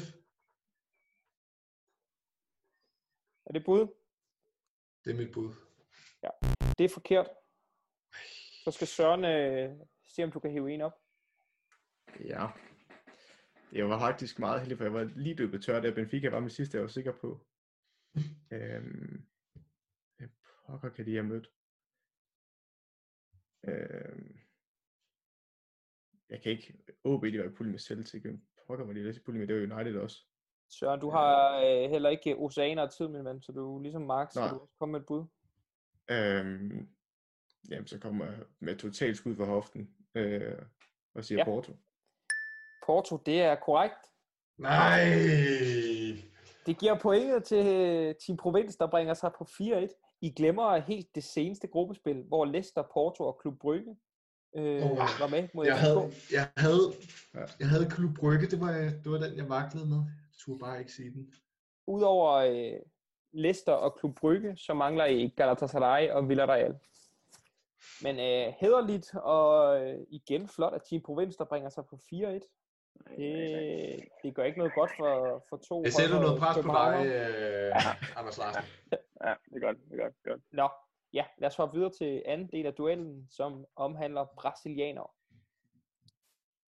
Er det bud? Det er mit bud. Ja, det er forkert. Så skal Søren se, om du kan hive en op. Ja. Jeg var faktisk meget heldig, for jeg var lige løbet tør, da Benfica var med sidste, jeg var sikker på. Hvad pokker kan de have mødt? Jeg kan ikke... OB, de var i puljen med Celtic. Pokker var de i puljen med, det var United også. Søren, du har heller ikke oceaner af tid, min ven, så du er ligesom Mark, så Nej. du komme med et bud. Jamen, så kommer jeg med totalt skud for hoften og siger Ja. Porto. Porto, det er korrekt. Nej! Det giver pointet til Team Provins, der bringer sig på 4-1. I glemmer helt det seneste gruppespil, hvor Leicester, Porto og Klub Brygge var med mod FCK. Jeg havde Klub Brygge, det var den, jeg vaklede med. Jeg turde bare ikke sige den. Udover Leicester og Klub Brygge, så mangler I Galatasaray og Villarreal. Men hæderligt og igen flot, at Team Provins, der bringer sig på 4-1. Det gør ikke noget godt for 2 Jeg sætter noget pres på dig, københavnere. Anders Larsen. Ja, det er godt. Nå, ja, lad os hoppe videre til anden del af duellen, som omhandler brasilianere.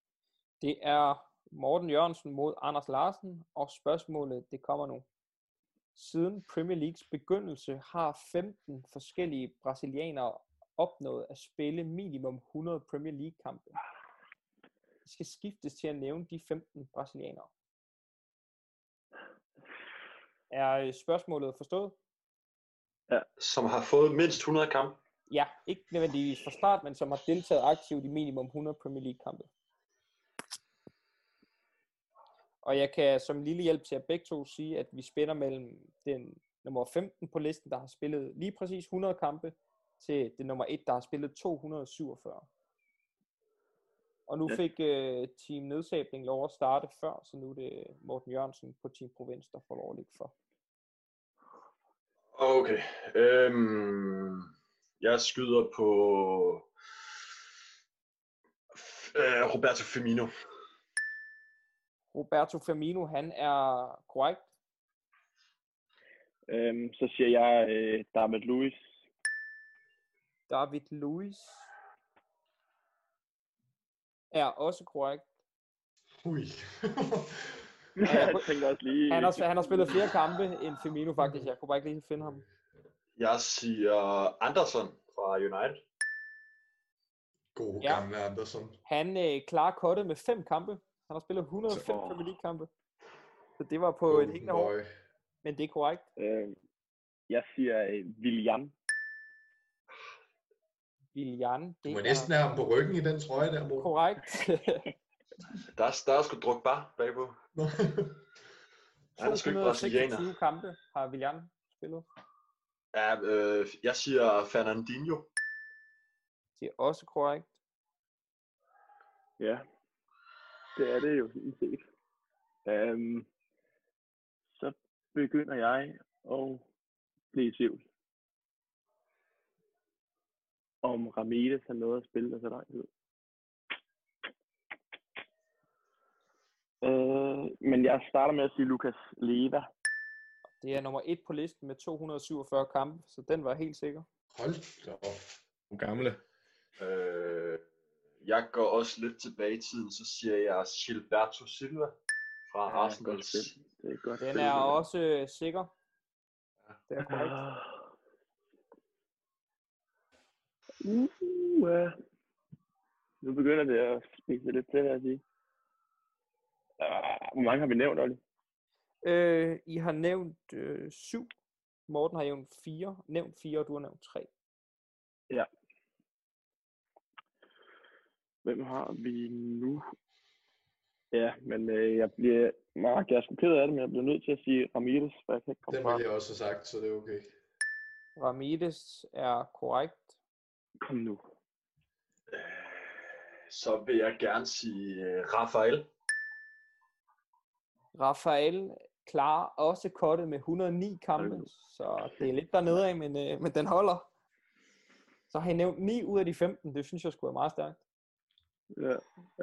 Det er Morten Jørgensen mod Anders Larsen, og spørgsmålet, det kommer nu. Siden Premier Leagues begyndelse har 15 forskellige brasilianere opnået at spille minimum 100 Premier League-kampe. Det skal skiftes til at nævne de 15 brasilianere. Er spørgsmålet forstået? Som har fået mindst 100 kampe. Ja, ikke nødvendigvis fra start, men som har deltaget aktivt i minimum 100 Premier League-kampe. Og jeg kan som lille hjælp til at begge to sige, at vi spænder mellem den nummer 15 på listen, der har spillet lige præcis 100 kampe, til den nummer 1, der har spillet 247. Og nu fik Team Nedsabling lov at starte før, så nu er det Morten Jørgensen på Team Provins, der får lov at ligge for. Okay. Jeg skyder på Roberto Firmino. Roberto Firmino, han er korrekt. Så siger jeg David Luiz. David Luiz er også korrekt. Ui. Jeg tænker også lige... Han har spillet flere kampe end Firmino faktisk. Jeg kunne bare ikke lige finde ham. Jeg siger Anderson fra United. God Ja. gamle Andersen. Han klarer kottet med 5 kampe. Han har spillet 105 Premier League kampe. Så det var på et hængende år. Men det er korrekt. Jeg siger Willian. Willian, Du må næsten have ham på ryggen i den trøje der, Morten. korrekt. Der er sgu druk bare bagpå. Han er sgu ikke brasilianer. 226 kampe har Willian spillet. Ja, jeg siger Fernandinho. Det er også korrekt. Ja, det er det jo sådan set. Så begynder jeg at blive i tvivl. Om Ramirez har noget at spille der så lang tid. Men jeg starter med at sige Lucas Leiva. Det er nummer 1 på listen med 247 kampe, så den var helt sikker. Hold da op. Hvor gamle. Jeg går også lidt tilbage i tiden, så siger jeg Gilberto Silva fra Arsenal. Godt spil. Det er godt Den spil, er det der. også sikker. Det er korrekt. Nu begynder det at spise lidt til, vil jeg sige. Hvor mange har vi nævnt, Olli? I har nævnt 7. Morten har nævnt 4, og du har nævnt 3. Ja. Hvem har vi nu? Ja, men jeg er sgu ked af det, men jeg bliver nødt til at sige Ramirez, for jeg kan ikke komme Den fra. ville jeg også have sagt, så det er okay. Ramirez er korrekt. Kom nu. Så vil jeg gerne sige Rafael. Rafael klarer også kottet med 109 kampe, så det er lidt dernede af, men den holder. Så har I nævnt 9 ud af de 15, det synes jeg skulle være meget stærkt. Ja.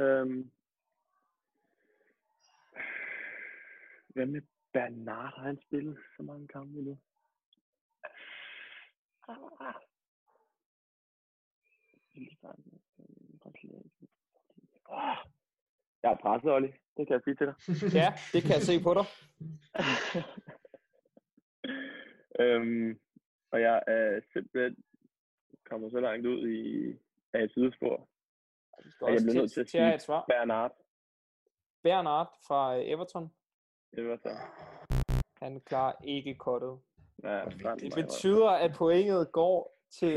Hvad med Bernard? Har han spillet så mange kampe nu? Jeg er presset, Olli. Det kan jeg sige til dig. Ja, det kan jeg se på dig. Og jeg er simpelthen kommet så langt ud af et sidespor. Du skal Jeg også bliver nødt til at til at have sige et svar. Bernard. Bernard fra Everton, Det var så. han klarer ikke kottet. Ja, Det betyder, at pointet går til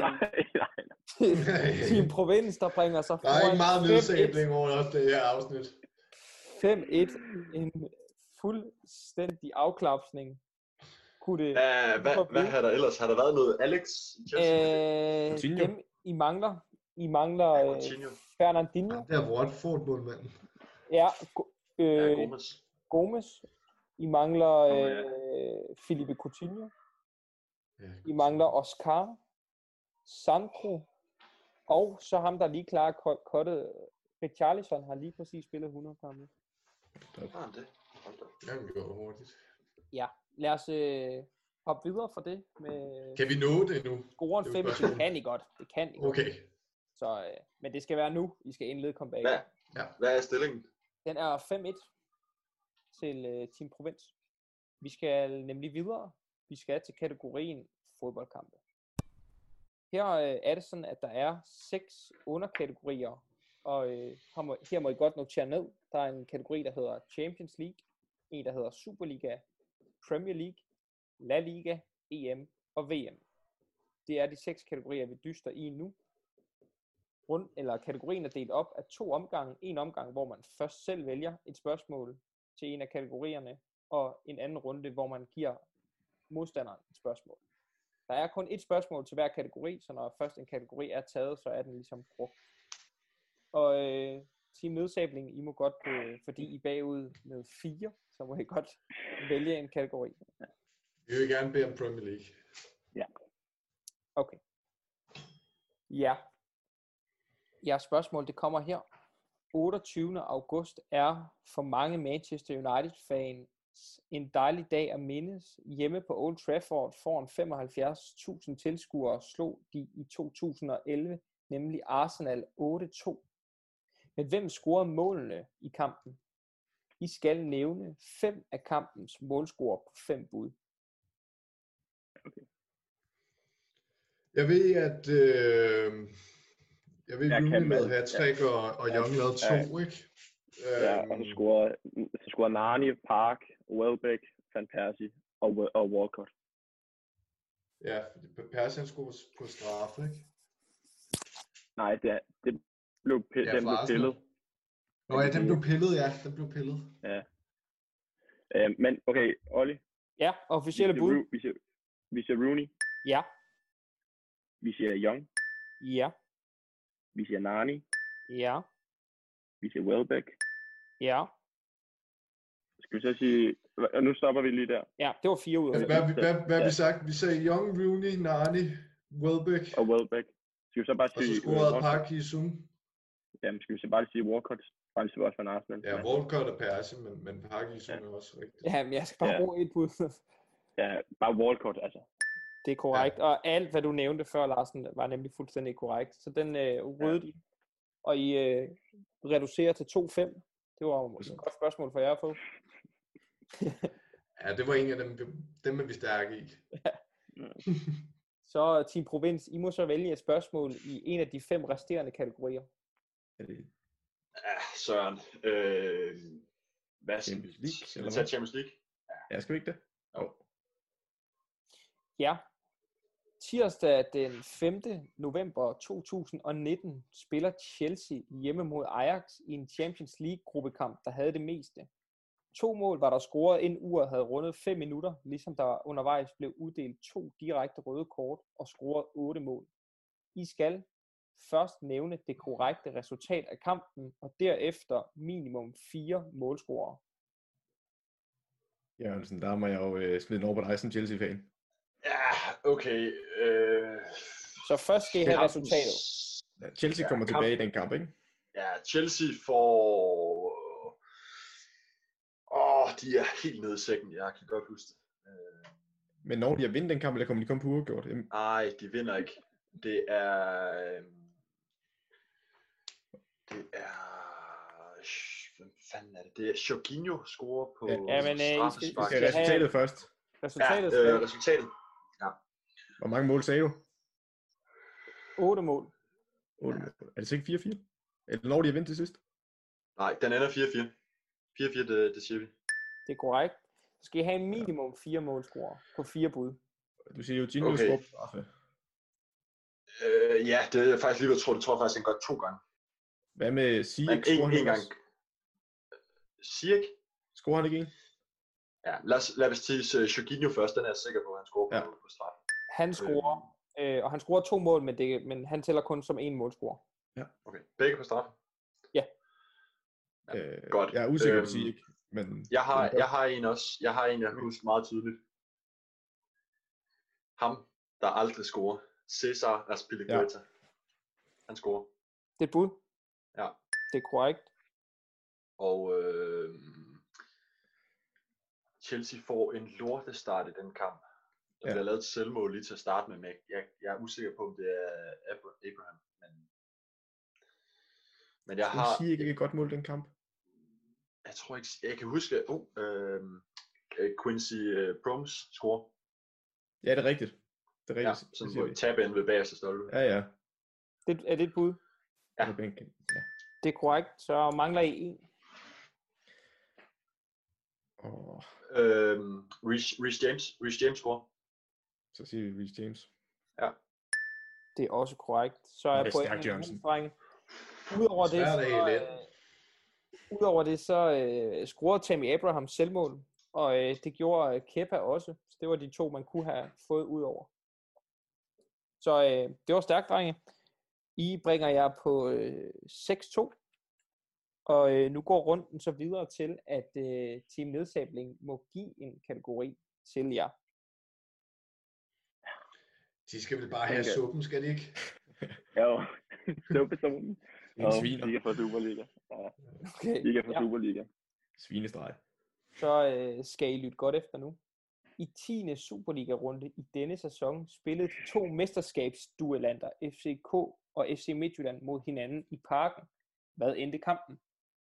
Team Provins, der bringer sig Der er ikke meget foran 5-1. nedsætning over det her afsnit. 5-1. En fuldstændig afklapsning. Kunne det... Hvad har der ellers? Har der været noget Alex i Chelsea? Coutinho. Dem I mangler Coutinho. Fernandinho. Der er Watford-målmanden. Ja, Gomez. Gomes. I mangler ja. Felipe Coutinho. Ja. I mangler Oscar. Sandro. Og så ham, der lige klarer kottet. Richarlison har lige præcis spillet 100 kampe. Har han det? Hold da. Jeg kan gå hurtigt. Ja, lad os hoppe videre for det. Med Kan vi nå det nu? scoren Det er 5. jo Det spørgsmålet. kan I godt. Det kan I godt. Okay. Så, men det skal være nu. I skal indlede comeback. Hvad er stillingen? Den er 5-1 til Team Provins. Vi skal nemlig videre Vi skal til kategorien fodboldkampe. Her er det sådan, at der er 6 underkategorier, og her må I godt notere ned. Der er en kategori, der hedder Champions League, en, der hedder Superliga, Premier League, La Liga, EM og VM. Det er de 6 kategorier, vi dyster i nu. Kategorien er delt op af 2 omgange. En omgang, hvor man først selv vælger et spørgsmål til en af kategorierne, og en anden runde, hvor man giver modstanderen et spørgsmål. Der er kun et spørgsmål til hver kategori, så når først en kategori er taget, så er den ligesom brugt. Og Team Nedsabling, I må godt, fordi I er bagud med 4, så må I godt vælge en kategori. Vi vil gerne bede om Premier League. Ja. Okay. Ja. Jeres spørgsmål, det kommer her. 28. august er for mange Manchester United-fans en dejlig dag at mindes. Hjemme på Old Trafford foran 75.000 tilskuere slog de i 2011, nemlig Arsenal 8-2. Men hvem scorede målene i kampen? I skal nævne 5 af kampens målscorer på 5 bud. Okay. Jeg ved, at Rooney lavede hat-trick, og Young lavede 2, ikke? Ja, og så scorede Nani, Park, Welbeck, Van Persie og Walcott. Ja, fordi Persie scorede på straffe, ikke? Nej, det blev pillet. Nå ja, den blev pillet, ja. Den blev pillet. Ja. Men okay, Olli. Ja, officielle bud. Vi siger Rooney. Ja. Vi siger Young. Ja. Vi siger Nani. Ja. Vi siger Welbeck. Ja. Skal vi så sige... Og nu stopper vi lige der. Ja, det var 4 ud af 5. Hvad har vi sagt? Vi sagde Young, Rooney, Nani, Welbeck. Og Welbeck. Skal vi så bare sige... Og så scorede Park i Zoom. Jamen, skal vi så bare sige Walcott? Bare lige også for Arsenal. Ja, Walcott og Persie, men Park i Zoom er også rigtigt. Ja, men jeg skal bare bruge et bud. Ja, bare Walcott, altså. Det er korrekt, og alt hvad du nævnte før, Larsen, var nemlig fuldstændig korrekt. Så den rydde I, og I reducerer til 2-5. Det var et godt spørgsmål for jer at få. Ja, det var en af dem er vi stærke i. Så Team Provins, I må så vælge et spørgsmål i en af de 5 resterende kategorier. Ja, Søren. Hvad Champions League? Eller hvad? Champions League? Ja, skal vi ikke det? Jo. Ja. Tirsdag den 5. november 2019 spiller Chelsea hjemme mod Ajax i en Champions League gruppekamp, der havde det meste. 2 mål var der scoret, inden uret havde rundet 5 minutter, ligesom der undervejs blev uddelt 2 direkte røde kort og scoret 8 mål. I skal først nævne det korrekte resultat af kampen, og derefter minimum 4 målscorere. Jørgensen, der må jeg jo smide den over på dig som Chelsea-fan. Ja, okay. Så først skal I have resultatet. Ja, Chelsea kommer tilbage i den kamp, ikke? Ja, Chelsea får... de er helt nede i sækken. Jeg kan godt huske det. Men når de har vundet den kamp, eller kommer de kun på uafgjort? Nej, de vinder ikke. Det er... Hvem fanden er det? Det er Jorginho scorer på straffespark. I skal resultatet først. Resultatet. Ja. Hvor mange mål sagde du? 8 mål. 8 mål. Er det så ikke 4-4? Eller når de har vundet til sidst? Nej, den ender 4-4. 4-4, det siger vi. Det er korrekt. Så skal I have minimum 4 målscorer på 4 bud. Du siger jo, Gino scorer på straffe. Ja, det er faktisk lige, jeg tror faktisk, han gør 2 gange. Hvad med Ziyech? Men en gang. Ziyech? Scorer han ikke en? Ja, lad os sige Jorginho først, den er jeg sikker på, at han scorer på straf. Han scorer, og han scorer 2 mål, men han tæller kun som 1 målscorer. Ja. Okay, begge på straf? Ja. Godt. Jeg er usikker på Ziyech, men... Jeg har en også. Jeg har en, jeg husker meget tydeligt. Ham, der aldrig scorer. Cesar Azpilicueta. Ja. Han scorer. Det er et bud. Ja. Det er korrekt. Og Chelsea får en lortestart i den kamp. Der bliver lavet et selvmål lige til at starte med. Jeg er usikker på, om det er Abraham. Men jeg har... Ziyech ikke et godt mål den kamp? Jeg tror ikke... Jeg kan huske... Quincy Promes score. Ja, det er rigtigt. Det er Ja, rigtigt. sådan det siger på vi. tab-end ved bagerste stolpe. Ja, ja. Er det et bud? Ja. På bænken. Ja. Det er korrekt. Så mangler I en. Og Reece James scorer. så siger vi Reece James. Det er også korrekt. Så er Det er stærkt, pointen Jørgensen. drenge. Udover det, Svært at hælde ind. så scorede Tammy Abraham selvmål, og det gjorde Kepa også. Så det var de to, man kunne have fået ud over. Så det var stærkt, drenge. I bringer jer på 6-2. Og nu går runden så videre til, at Team Nedsabling må give en kategori til jer. De skal vel bare have suppen, skal de ikke? Jo, støvpersonen. En Og sviner. de kan få Superliga. Ja, Okay. de kan få Superliga. Svinestreg. Så skal I lytte godt efter nu. I 10. Superliga-runde i denne sæson spillede de to mesterskabsduellanter FCK og FC Midtjylland mod hinanden i Parken. Hvad endte kampen?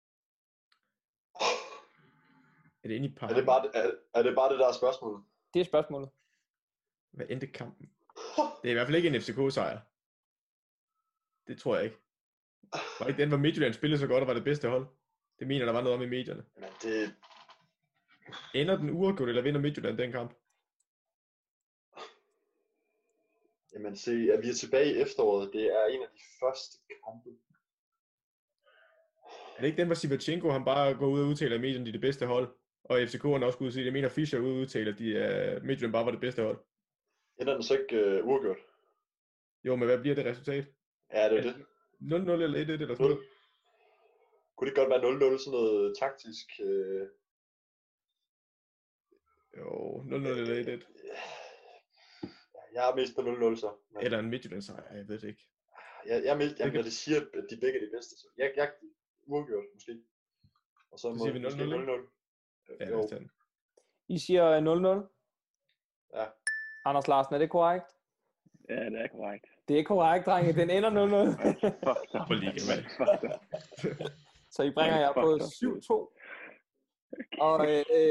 Er det inde i parken? Er det bare det, der er spørgsmålet? Det er spørgsmålet. Hvad endte kampen? Det er i hvert fald ikke en FCK-sejr. Det tror jeg ikke. Var ikke den, hvor Midtjylland spillede så godt og var det bedste hold? Det mener der var noget om i medierne. Men det... Ender den uafgjort, eller vinder Midtjylland den kamp? Jamen se, at vi er tilbage i efteråret. Det er en af de første kampe. Er det ikke den, hvor Sivachenko han bare går ud og udtaler i medierne, de er det bedste hold? Og FCK'erne også går ud og siger, jeg mener Fischer ud og udtaler, at Midtjylland bare var det bedste hold. Ender den så ikke uafgjort? Jo, men hvad bliver det resultat? Ja, det er det. 0-0 eller 1-1 eller sådan noget? Kunne det godt være 0-0, sådan noget taktisk... Jo, 0-0 eller 1-1. Jeg er mest på 0-0 så. Men... Eller en Midtjylland sejr, jeg ved det ikke. Jeg er mest, jamen, det siger, at de begge er de bedste. Så jeg uafgjort måske. Og så siger vi 0-0, måske 0-0. Ja, lad os tage den. I siger 0-0. Ja. Anders Larsen, er det korrekt? Ja, det er korrekt. Det er korrekt, drenge. Den ender 0-0. Fuck dig. For liga, mand. Fuck dig. Så I bringer jer på 7-2. Og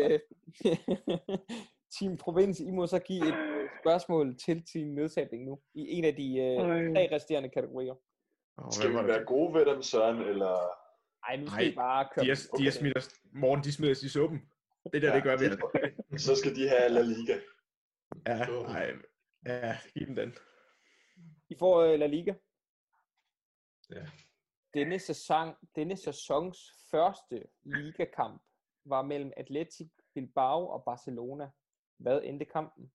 Team Provins, I må så give et spørgsmål til Team Nedsabling nu. I en af de 3 resterende kategorier. Skal vi være gode ved dem, Søren, eller... Ej, nu skal I bare køre. De har smidt os, Morten, de smider os i suppen. Det der, det gør vi altså. Så skal de have La Liga. Ja, giv dem den. I får La Liga. Ja. Denne sæsons første ligakamp var mellem Athletic Bilbao og Barcelona. Hvad endte kampen?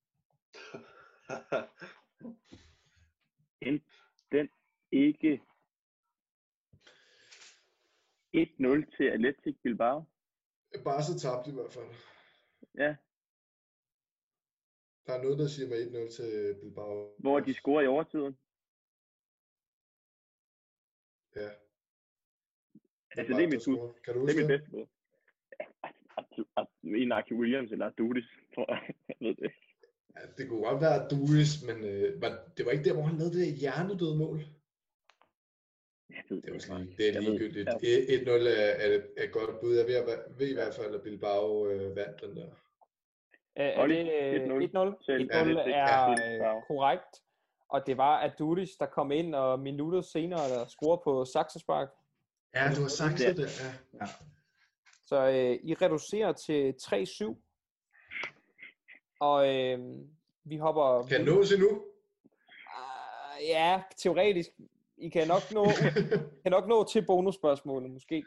Den ikke 1-0 til Athletic Bilbao. Bare så tabte i hvert fald. Ja, Der er noget, der siger mig 1-0 til Bilbao. hvor de scorer i overtiden. Ja. Altså, det er mit bud. Kan du Det huske er mit bedste bud. Inaki Williams eller Dudis, tror jeg. Jeg ved det. Ja, det kunne godt være Duis, men det var ikke der, hvor han lavede det hjernedøde mål. Jeg ved Det var det sådan, ikke. det er Jeg ved- ligegyldigt. ja. 1-0 er et godt bud. Jeg ved i hvert fald, at Bilbao vandt den der. Er Olli, det 1-0? til 1-0 Athletic er Bilbao. korrekt. Og det var Adulis, der kom ind, og minutter senere der scorede på saksespark. Ja, du har sagt det der. Ja. Så I reducerer til 3-7. Og vi hopper... Kan det nås endnu? Ja, teoretisk. I kan nok nå til bonusspørgsmålet, måske.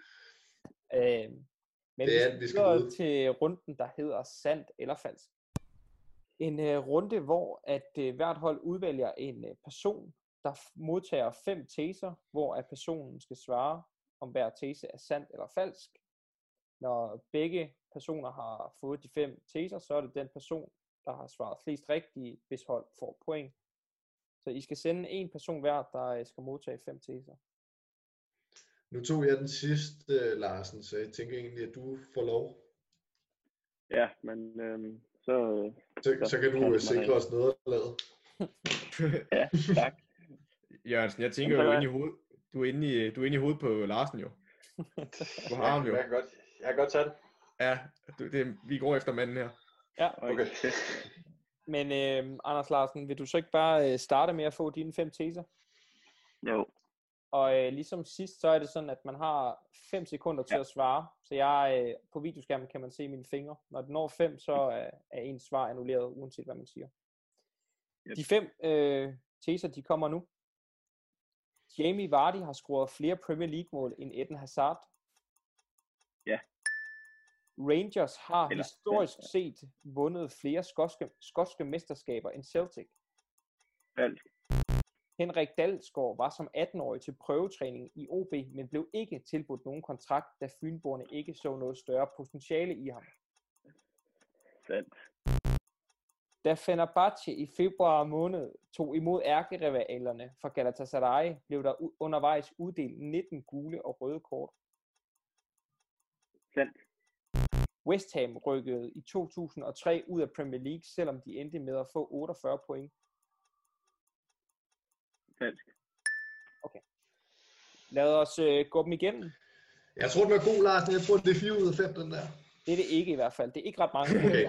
Men Det er vi det, vi skal skal videre vide. til runden, der hedder sandt eller falsk. En runde, hvor at hvert hold udvælger en person, der modtager 5 teser, hvor at personen skal svare, om hver tese er sandt eller falsk. Når begge personer har fået de 5 teser, så er det den person, der har svaret flest rigtige, hvis hold får point. Så I skal sende en person hver, der skal modtage 5 teser. Nu tog jeg den sidste, Larsen, så jeg tænker egentlig, at du får lov. Ja, men Så kan du sikre os nederlaget. ja, tak. Jørgensen, jeg tænker jo inde i hovedet. Du er inde i hovedet på Larsen jo. Du har ham jo. Jeg kan godt tage det. Ja, vi går efter manden her. Ja, Okay. Men Anders Larsen, vil du så ikke bare starte med at få dine 5 teser? Jo. Og ligesom sidst, så er det sådan, at man har 5 sekunder til at svare. Så jeg på videoskærmen kan man se mine fingre. Når det når 5, så er ens svar annulleret, uanset hvad man siger. Yep. De 5 teser, de kommer nu. Jamie Vardy har scoret flere Premier League-mål end Eden Hazard. Ja. Rangers har historisk set vundet flere skotske mesterskaber end Celtic. Falsk. Henrik Dalsgaard var som 18-årig til prøvetræning i OB, men blev ikke tilbudt nogen kontrakt, da fynboerne ikke så noget større potentiale i ham. Sandt. Da Fenerbahce i februar måned tog imod ærkerivalerne fra Galatasaray, blev der undervejs uddelt 19 gule og røde kort. Sandt. West Ham rykkede i 2003 ud af Premier League, selvom de endte med at få 48 point. Falsk. Okay. Lad os gå dem igennem. Jeg tror, det var god, Larsen. Jeg tror, det er 4 ud af 5, den der. Det er det ikke i hvert fald. Det er ikke ret mange. Okay.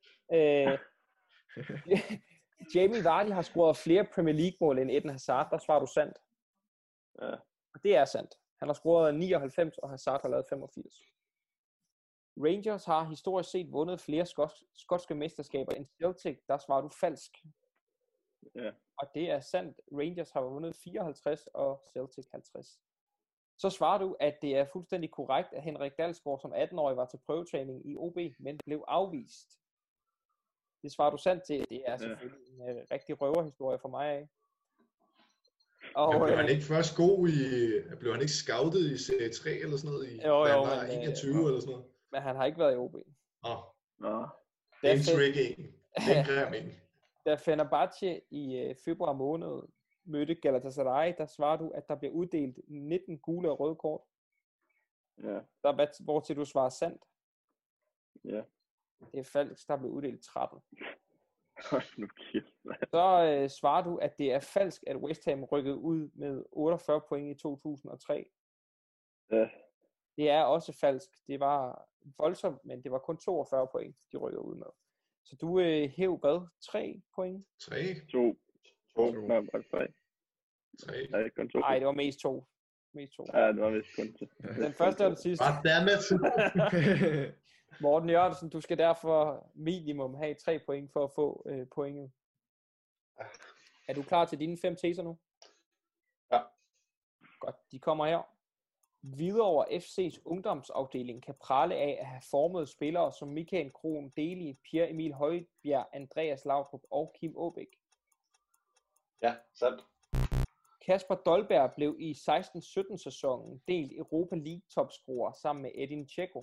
Jamie Vardy har scoret flere Premier League-mål end Eden Hazard. Der svarer du sandt. Ja. Og det er sandt. Han har scoret 99, og Hazard har lavet 85. Rangers har historisk set vundet flere skotske mesterskaber end Celtic. Der svarer du falsk. Ja. Og det er sandt. Rangers har vundet 54, og Celtic 50. Så svarer du, at det er fuldstændig korrekt, at Henrik Dalsgaard som 18-årig var til prøvetræning i OB, men blev afvist. Det svarer du sandt til. Det er selvfølgelig en rigtig røverhistorie for mig af. Og, blev han ikke først god i... Blev han ikke scoutet i Serie 3 eller sådan noget? Da han var 21 eller sådan noget? Men han har ikke været i OB. Nå. Det er en trick en. Det er en grim en. Da Fenerbahce i februar måned mødte Galatasaray, der svarer du, at der bliver uddelt 19 gule og røde kort. Ja. Hvor til du svarer sandt. Ja. Det er falsk, der blev uddelt 13. Nu kæft, Så svarer du, at det er falsk, at West Ham rykkede ud med 48 point i 2003. Ja. Det er også falsk. Det var voldsomt, men det var kun 42 point, de rykkede ud med. Så du hæv hvad? 3 point? 3? 2. Nej, bare 3. 3. Nej, kun 2. Nej, det var mest 2. Mest 2. Ja, det var vist kun 2. Den første og den sidste. Goddammit! Morten Jørgensen, du skal derfor minimum have 3 point for at få pointet. Er du klar til dine 5 teser nu? Ja. Godt, de kommer her. Hvidovre FC's ungdomsafdeling kan prale af at have formet spillere som Michael Krohn Deli, Pierre Emil Højbjerg, Andreas Laudrup og Kim Aabæk. Ja, sandt. Kasper Dolberg blev i 16-17 sæsonen delt Europa League topscorer sammen med Edin Dzeko.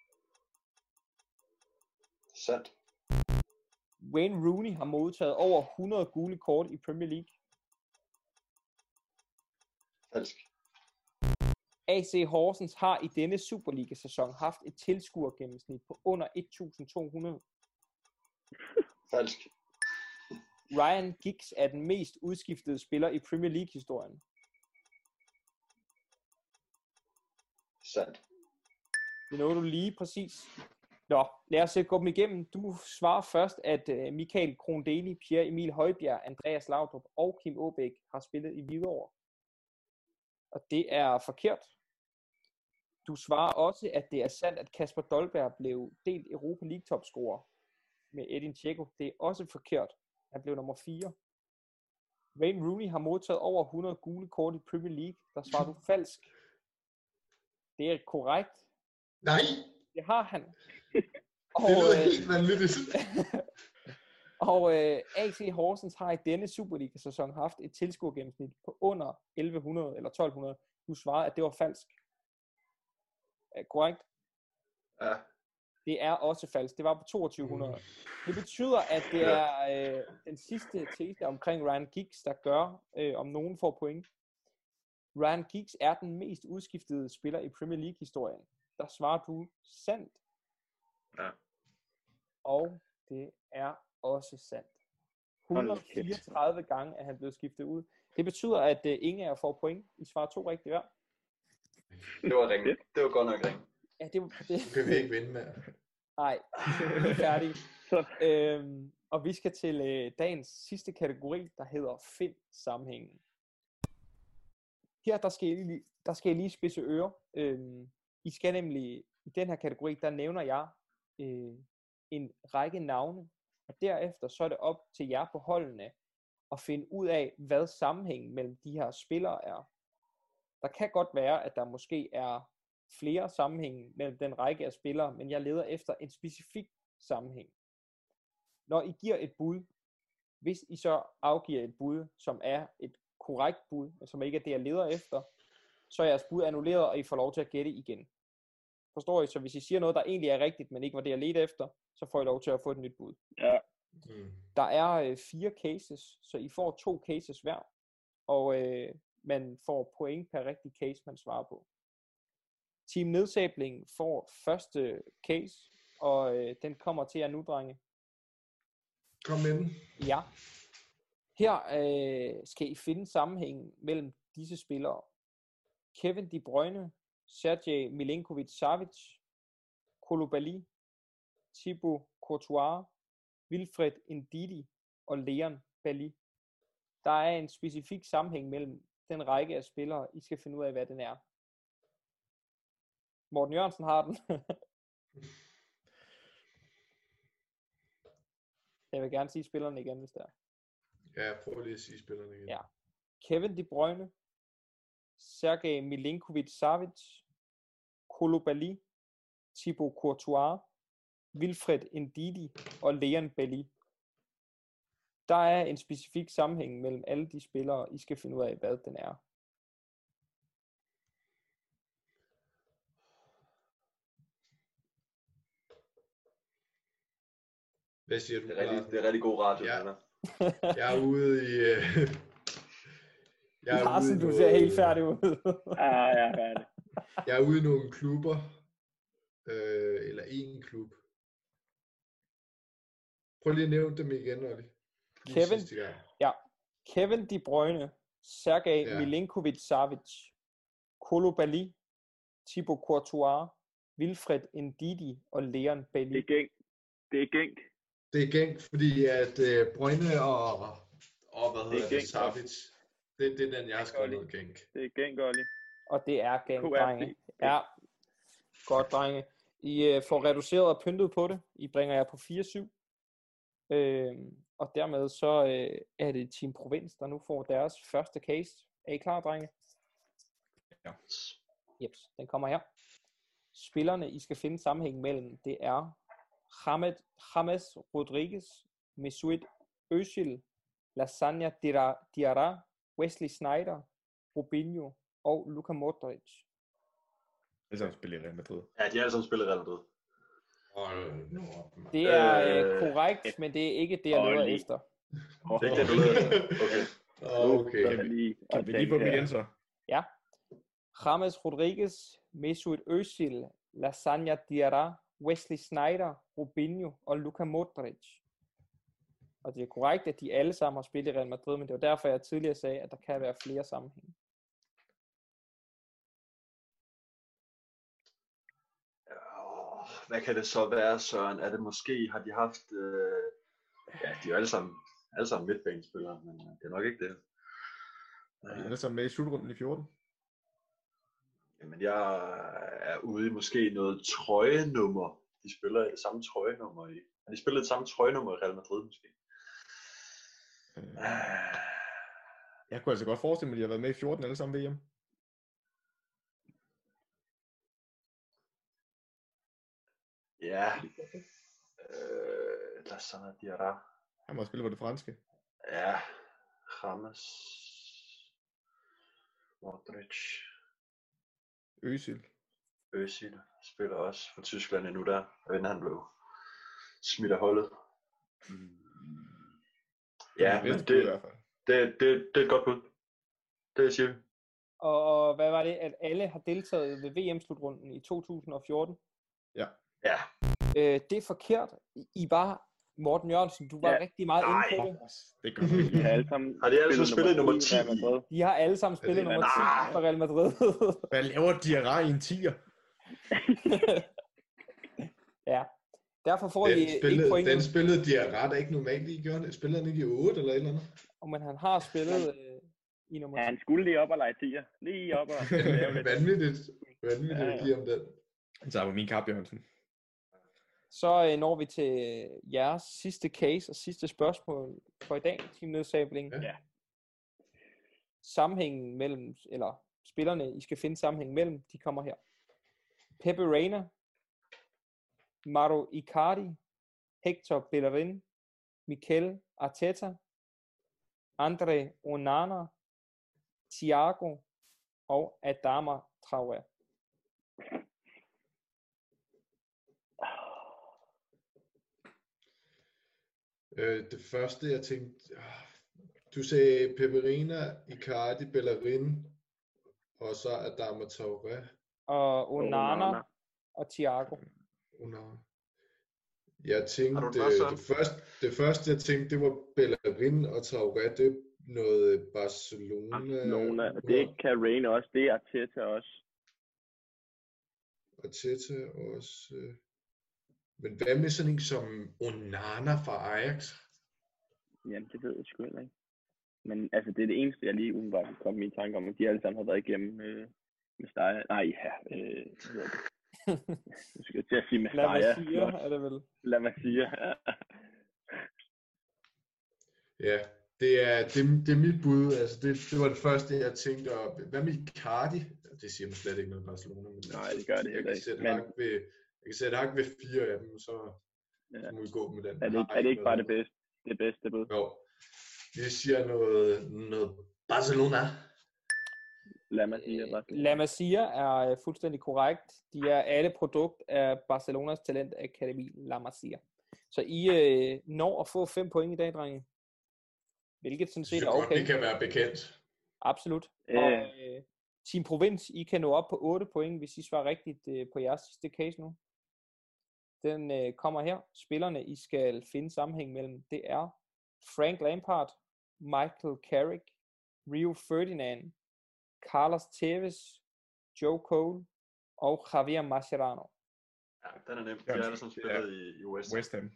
Sandt. Wayne Rooney har modtaget over 100 gule kort i Premier League. Falsk. AC Horsens har i denne Superliga-sæson haft et tilskuergennemsnit på under 1.200. Falsk. Ryan Giggs er den mest udskiftede spiller i Premier League-historien. Sandt. Det nåede du lige præcis. Nå, lad os gå dem igennem. Du svarer først, at Michael Krohn Deli, Pierre Emil Højbjerg, Andreas Laudrup og Kim Aabæk har spillet i Hvidovre. Og det er forkert. Du svarer også, at det er sandt, at Kasper Dolberg blev delt Europa League topscorer med Edin Dzeko. Det er også forkert. Han blev nummer 4. Wayne Rooney har modtaget over 100 gule kort i Premier League. Der svarer du falsk. Det er korrekt. Nej! Det har han. Og, det lyder helt vanvittigt. og AC Horsens har i denne Superliga-sæson haft et tilskuergennemsnit på under 1100 eller 1200. Du svarede, at det var falsk. Korrekt? Ja. Det er også falsk. Det var på 2200. Det betyder, at det er den sidste tese omkring Ryan Giggs, der gør, om nogen får point. Ryan Giggs er den mest udskiftede spiller i Premier League-historien. Der svarer du sandt. Ja. Og det er også sandt. 134 gange er han blevet skiftet ud. Det betyder, at ingen af jer får point. I svarer 2 rigtigt hver. Det var ringe. Det var godt nok ringe. Ja, det. Så kan vi ikke vinde med. Nej, vi er færdige. Så. Og vi skal til dagens sidste kategori, der hedder Find sammenhængen. Her der skal I lige spidse ører. I skal nemlig, i den her kategori, der nævner jeg en række navne, og derefter så er det op til jer på holdene at finde ud af, hvad sammenhængen mellem de her spillere er. Der kan godt være, at der måske er flere sammenhænge mellem den række af spillere, men jeg leder efter en specifik sammenhæng. Når I giver et bud, hvis I så afgiver et bud, som er et korrekt bud, men som ikke er det, jeg leder efter, så er jeres bud annulleret, og I får lov til at gætte igen. Forstår I? Så hvis I siger noget, der egentlig er rigtigt, men ikke var det, jeg ledte efter, så får I lov til at få et nyt bud. Ja. Der er 4 cases, så I får 2 cases hver, og man får point per rigtig case, man svarer på. Team Nedsabling får første case, og den kommer til jer nu, drenge. Kom med den. Ja. Her skal I finde sammenhængen mellem disse spillere. Kevin De Bruyne, Sergej Milinkovic-Savic, Koulibaly, Thibaut Courtois, Wilfred Ndidi og Leon Bailly. Der er en specifik sammenhæng mellem den række af spillere. I skal finde ud af, hvad den er. Morten Jørgensen har den. Jeg vil gerne sige spillerne igen, hvis det er. Ja, prøv lige at sige spillerne igen. Ja. Kevin De Bruyne, Sergej Milinkovic-Savic, Koulibaly, Thibaut Courtois, Wilfred Ndidi og Leon Bailly. Der er en specifik sammenhæng mellem alle de spillere. I skal finde ud af, hvad den er. Hvad siger du? Det er rigtig god radio, Ja. Anna. Jeg er ude i... Larsen, du ser helt færdig ud. Ja, færdig. Jeg er ude i nogle klubber. Eller en klub. Prøv lige at nævne dem igen, Olli. Kevin De Bruyne, Sergej Milinkovic-Savic, Koulibaly, Thibaut Courtois, Wilfred Ndidi og Leon Bailly. Det er Genk. Det er Genk, fordi at Bruyne og hvad hedder det, Savic, det er den, jeg har skrevet Genk. Det er Genk, Olli. Og det er Genk, drenge. Ja, godt, drenge. I får reduceret og pyntet på det. I bringer jer på 4-7. Og dermed så er det Team Provins, der nu får deres første case. Er I klar, drenge? Ja. Jeps, den kommer her. Spillerne, I skal finde sammenhæng mellem, det er James Rodriguez, Mesut Özil, Lasagna Diarra, Wesley Sneijder, Robinho og Luka Modric. Det er som spiller i Real Madrid. Ja, de er alle sammen spillet i Real Madrid. Det er korrekt, men det er ikke det, jeg leder efter. Det er ikke det, du leder efter. Okay. Kan vi lige på igen så? Ja. James Rodriguez, Mesut Özil, Lasagna Diarra, Wesley Sneijder, Robinho og Luka Modric. Og det er korrekt, at de alle sammen har spillet i Real Madrid, men det var derfor, jeg tidligere sagde, at der kan være flere sammenhænge. Hvad kan det så være, Søren? Er det måske, har de haft... ja, de er jo alle sammen midtbanespillere, men det er nok ikke det. De er alle sammen med i slutrunden i 14. Jamen, jeg er ude i måske noget trøjenummer. De spiller i det samme trøjenummer i. Har de spillet det samme trøjenummer i Real Madrid måske? Jeg kunne altså godt forestille mig, at de har været med i 14 alle sammen VM. Ja. Lasagna Diarra. Han må spille på det franske. Ja. James. Modric. Özil spiller også for Tyskland endnu der. Jeg ved, han blev smidt af holdet. Ja, men det er et godt bud. Det siger vi. Og hvad var det, at alle har deltaget ved VM-slutrunden i 2014? Ja. Det er forkert. I var, Morten Jørgensen, du var rigtig meget inde på det. Det gør vi. Har de alle sammen spillet nummer 10? De har alle sammen spillet nummer 10 for Real Madrid. Hvad laver Diarra i en 10'er? Ja. Derfor får I ikke point. Den spillede de ret ikke normalt i, gjorde det? Spillede han ikke i 8 eller et eller andet? Men han har spillet i nummer 10. Ja, han skulle lige op og lege 10'er. Lige op og... Vanvittigt at give ham den. Han tager på min kap, Jørgensen. Så når vi til jeres sidste case og sidste spørgsmål for i dag, Team Nedsabling. Ja. Sammenhængen mellem, eller spillerne, I skal finde sammenhængen mellem, de kommer her. Pepe Reina, Mauro Icardi, Hector Bellerin, Mikel Arteta, Andre Onana, Thiago og Adama Traoré. Det første, jeg tænkte... Du sagde Peperina, Icardi, Bellerin, og så Adama Traoré. Og Onana og Thiago. Onana. Jeg tænkte, det det første jeg tænkte, det var Bellerin og Traoré, det er noget Barcelona. Det kan Rain også, det er Arteta også. Arteta også. Men hvad med sådan en som Onana fra Ajax? Jamen, det ved jeg sgu heller ikke. Men altså, det er det eneste, jeg lige umiddelbart kan komme i tanke om, at de alle sammen har været igennem med Steyer. Nej, ja, hvad hedder det? Nu skal jeg til at sige med Steyer. Lad mig sige, er det vel? Lad mig sige, Ja, det er mit bud. Altså, det var det første, jeg tænkte. Og hvad med Icardi? Det siger man slet ikke noget i Barcelona. Men nej, det gør det heller ikke. Jeg kan sætte hak ved 4 af dem, så må vi gå med den. Er det ikke bare det bedste bud? Jo. Jeg siger noget Barcelona. La Masia er fuldstændig korrekt. De er alle produkt af Barcelonas talentakademi La Masia. Så I når at få 5 point i dag, drenge. Hvilket sådan set er okay. Godt, det kan være bekendt. Absolut. Og Team Provins, I kan nå op på 8 point, hvis I svarer rigtigt på jeres sidste case nu. Den kommer her. Spillerne, I skal finde sammenhæng mellem, det er Frank Lampard, Michael Carrick, Rio Ferdinand, Carlos Tevez, Joe Cole og Javier Mascherano. Ja, den er nem. De er alle som spillet i West Ham.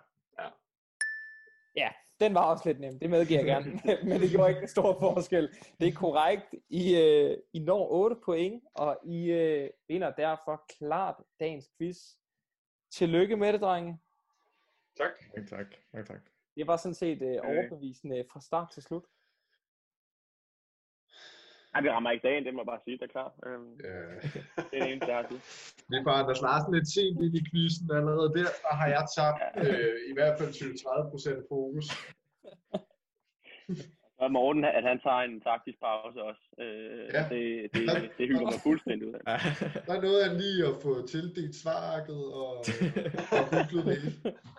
Ja, den var også lidt nem. Det medgiver jeg gerne. Men det gjorde ikke en stor forskel. Det er korrekt. I når 8 point, og I vinder derfor klart dagens quiz. Tillykke med det, drenge. Tak. Tak. Det var sådan set overbevisende fra start til slut. Nej, vi rammer ikke dagen, det må jeg bare sige, det er klart. Det er det eneste, jeg har sagt. Det er bare, der snart lidt sent ind i quizzen allerede der har jeg tabt i hvert fald 20-30% fokus. Og Morten, at han tager en taktisk pause også. Det hylder mig fuldstændig ud af. Der nåede han lige at få tildelt svararket og googlet det hele.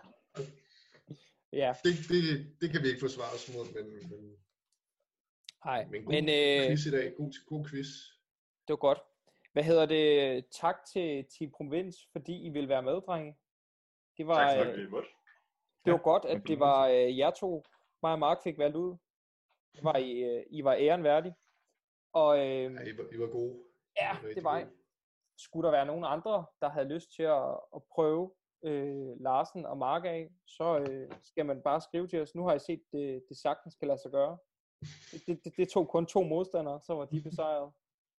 Ja. Det kan vi ikke forsvare os mod, men nej, men god quiz i dag. God quiz. Det var godt. Hvad hedder det? Tak til Team Provins, fordi I ville være med, drenge. Det var, tak for det var godt, at det var jer to, mig og Mark fik valgt ud. I var æren værdig. Og, I var gode. Ja, det var I. Skulle der være nogen andre, der havde lyst til at prøve Larsen og Mark af, så skal man bare skrive til os. Nu har jeg set, det sagtens kan lade sig gøre. Det tog kun 2 modstandere, så var de besejret.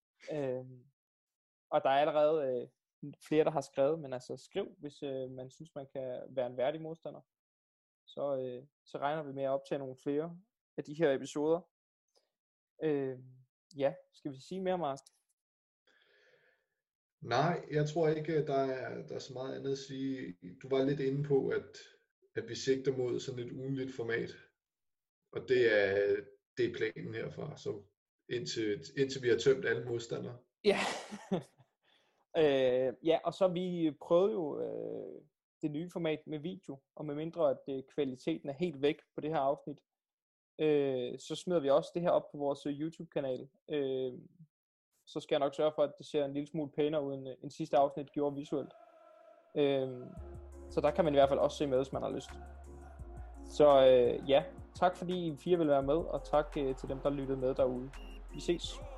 Og der er allerede flere, der har skrevet, men altså skriv, hvis man synes, man kan være en værdig modstander. Så regner vi med at optage nogle flere af de her episoder. Ja, skal vi sige mere, Mark? Nej, jeg tror ikke, der er så meget andet at sige. Du var lidt inde på, at vi sigter mod sådan et ugenligt format. Og det er planen herfra, så indtil vi har tømt alle modstandere. Ja. Ja, og så vi prøvede jo det nye format med video, og med mindre at kvaliteten er helt væk på det her afsnit, så smider vi også det her op på vores YouTube-kanal. Så skal jeg nok sørge for, at det ser en lille smule pænere ud, end sidste afsnit gjorde visuelt. Så der kan man i hvert fald også se med, hvis man har lyst. Så ja, tak fordi I 4 vil være med, og tak til dem, der lyttede med derude. Vi ses.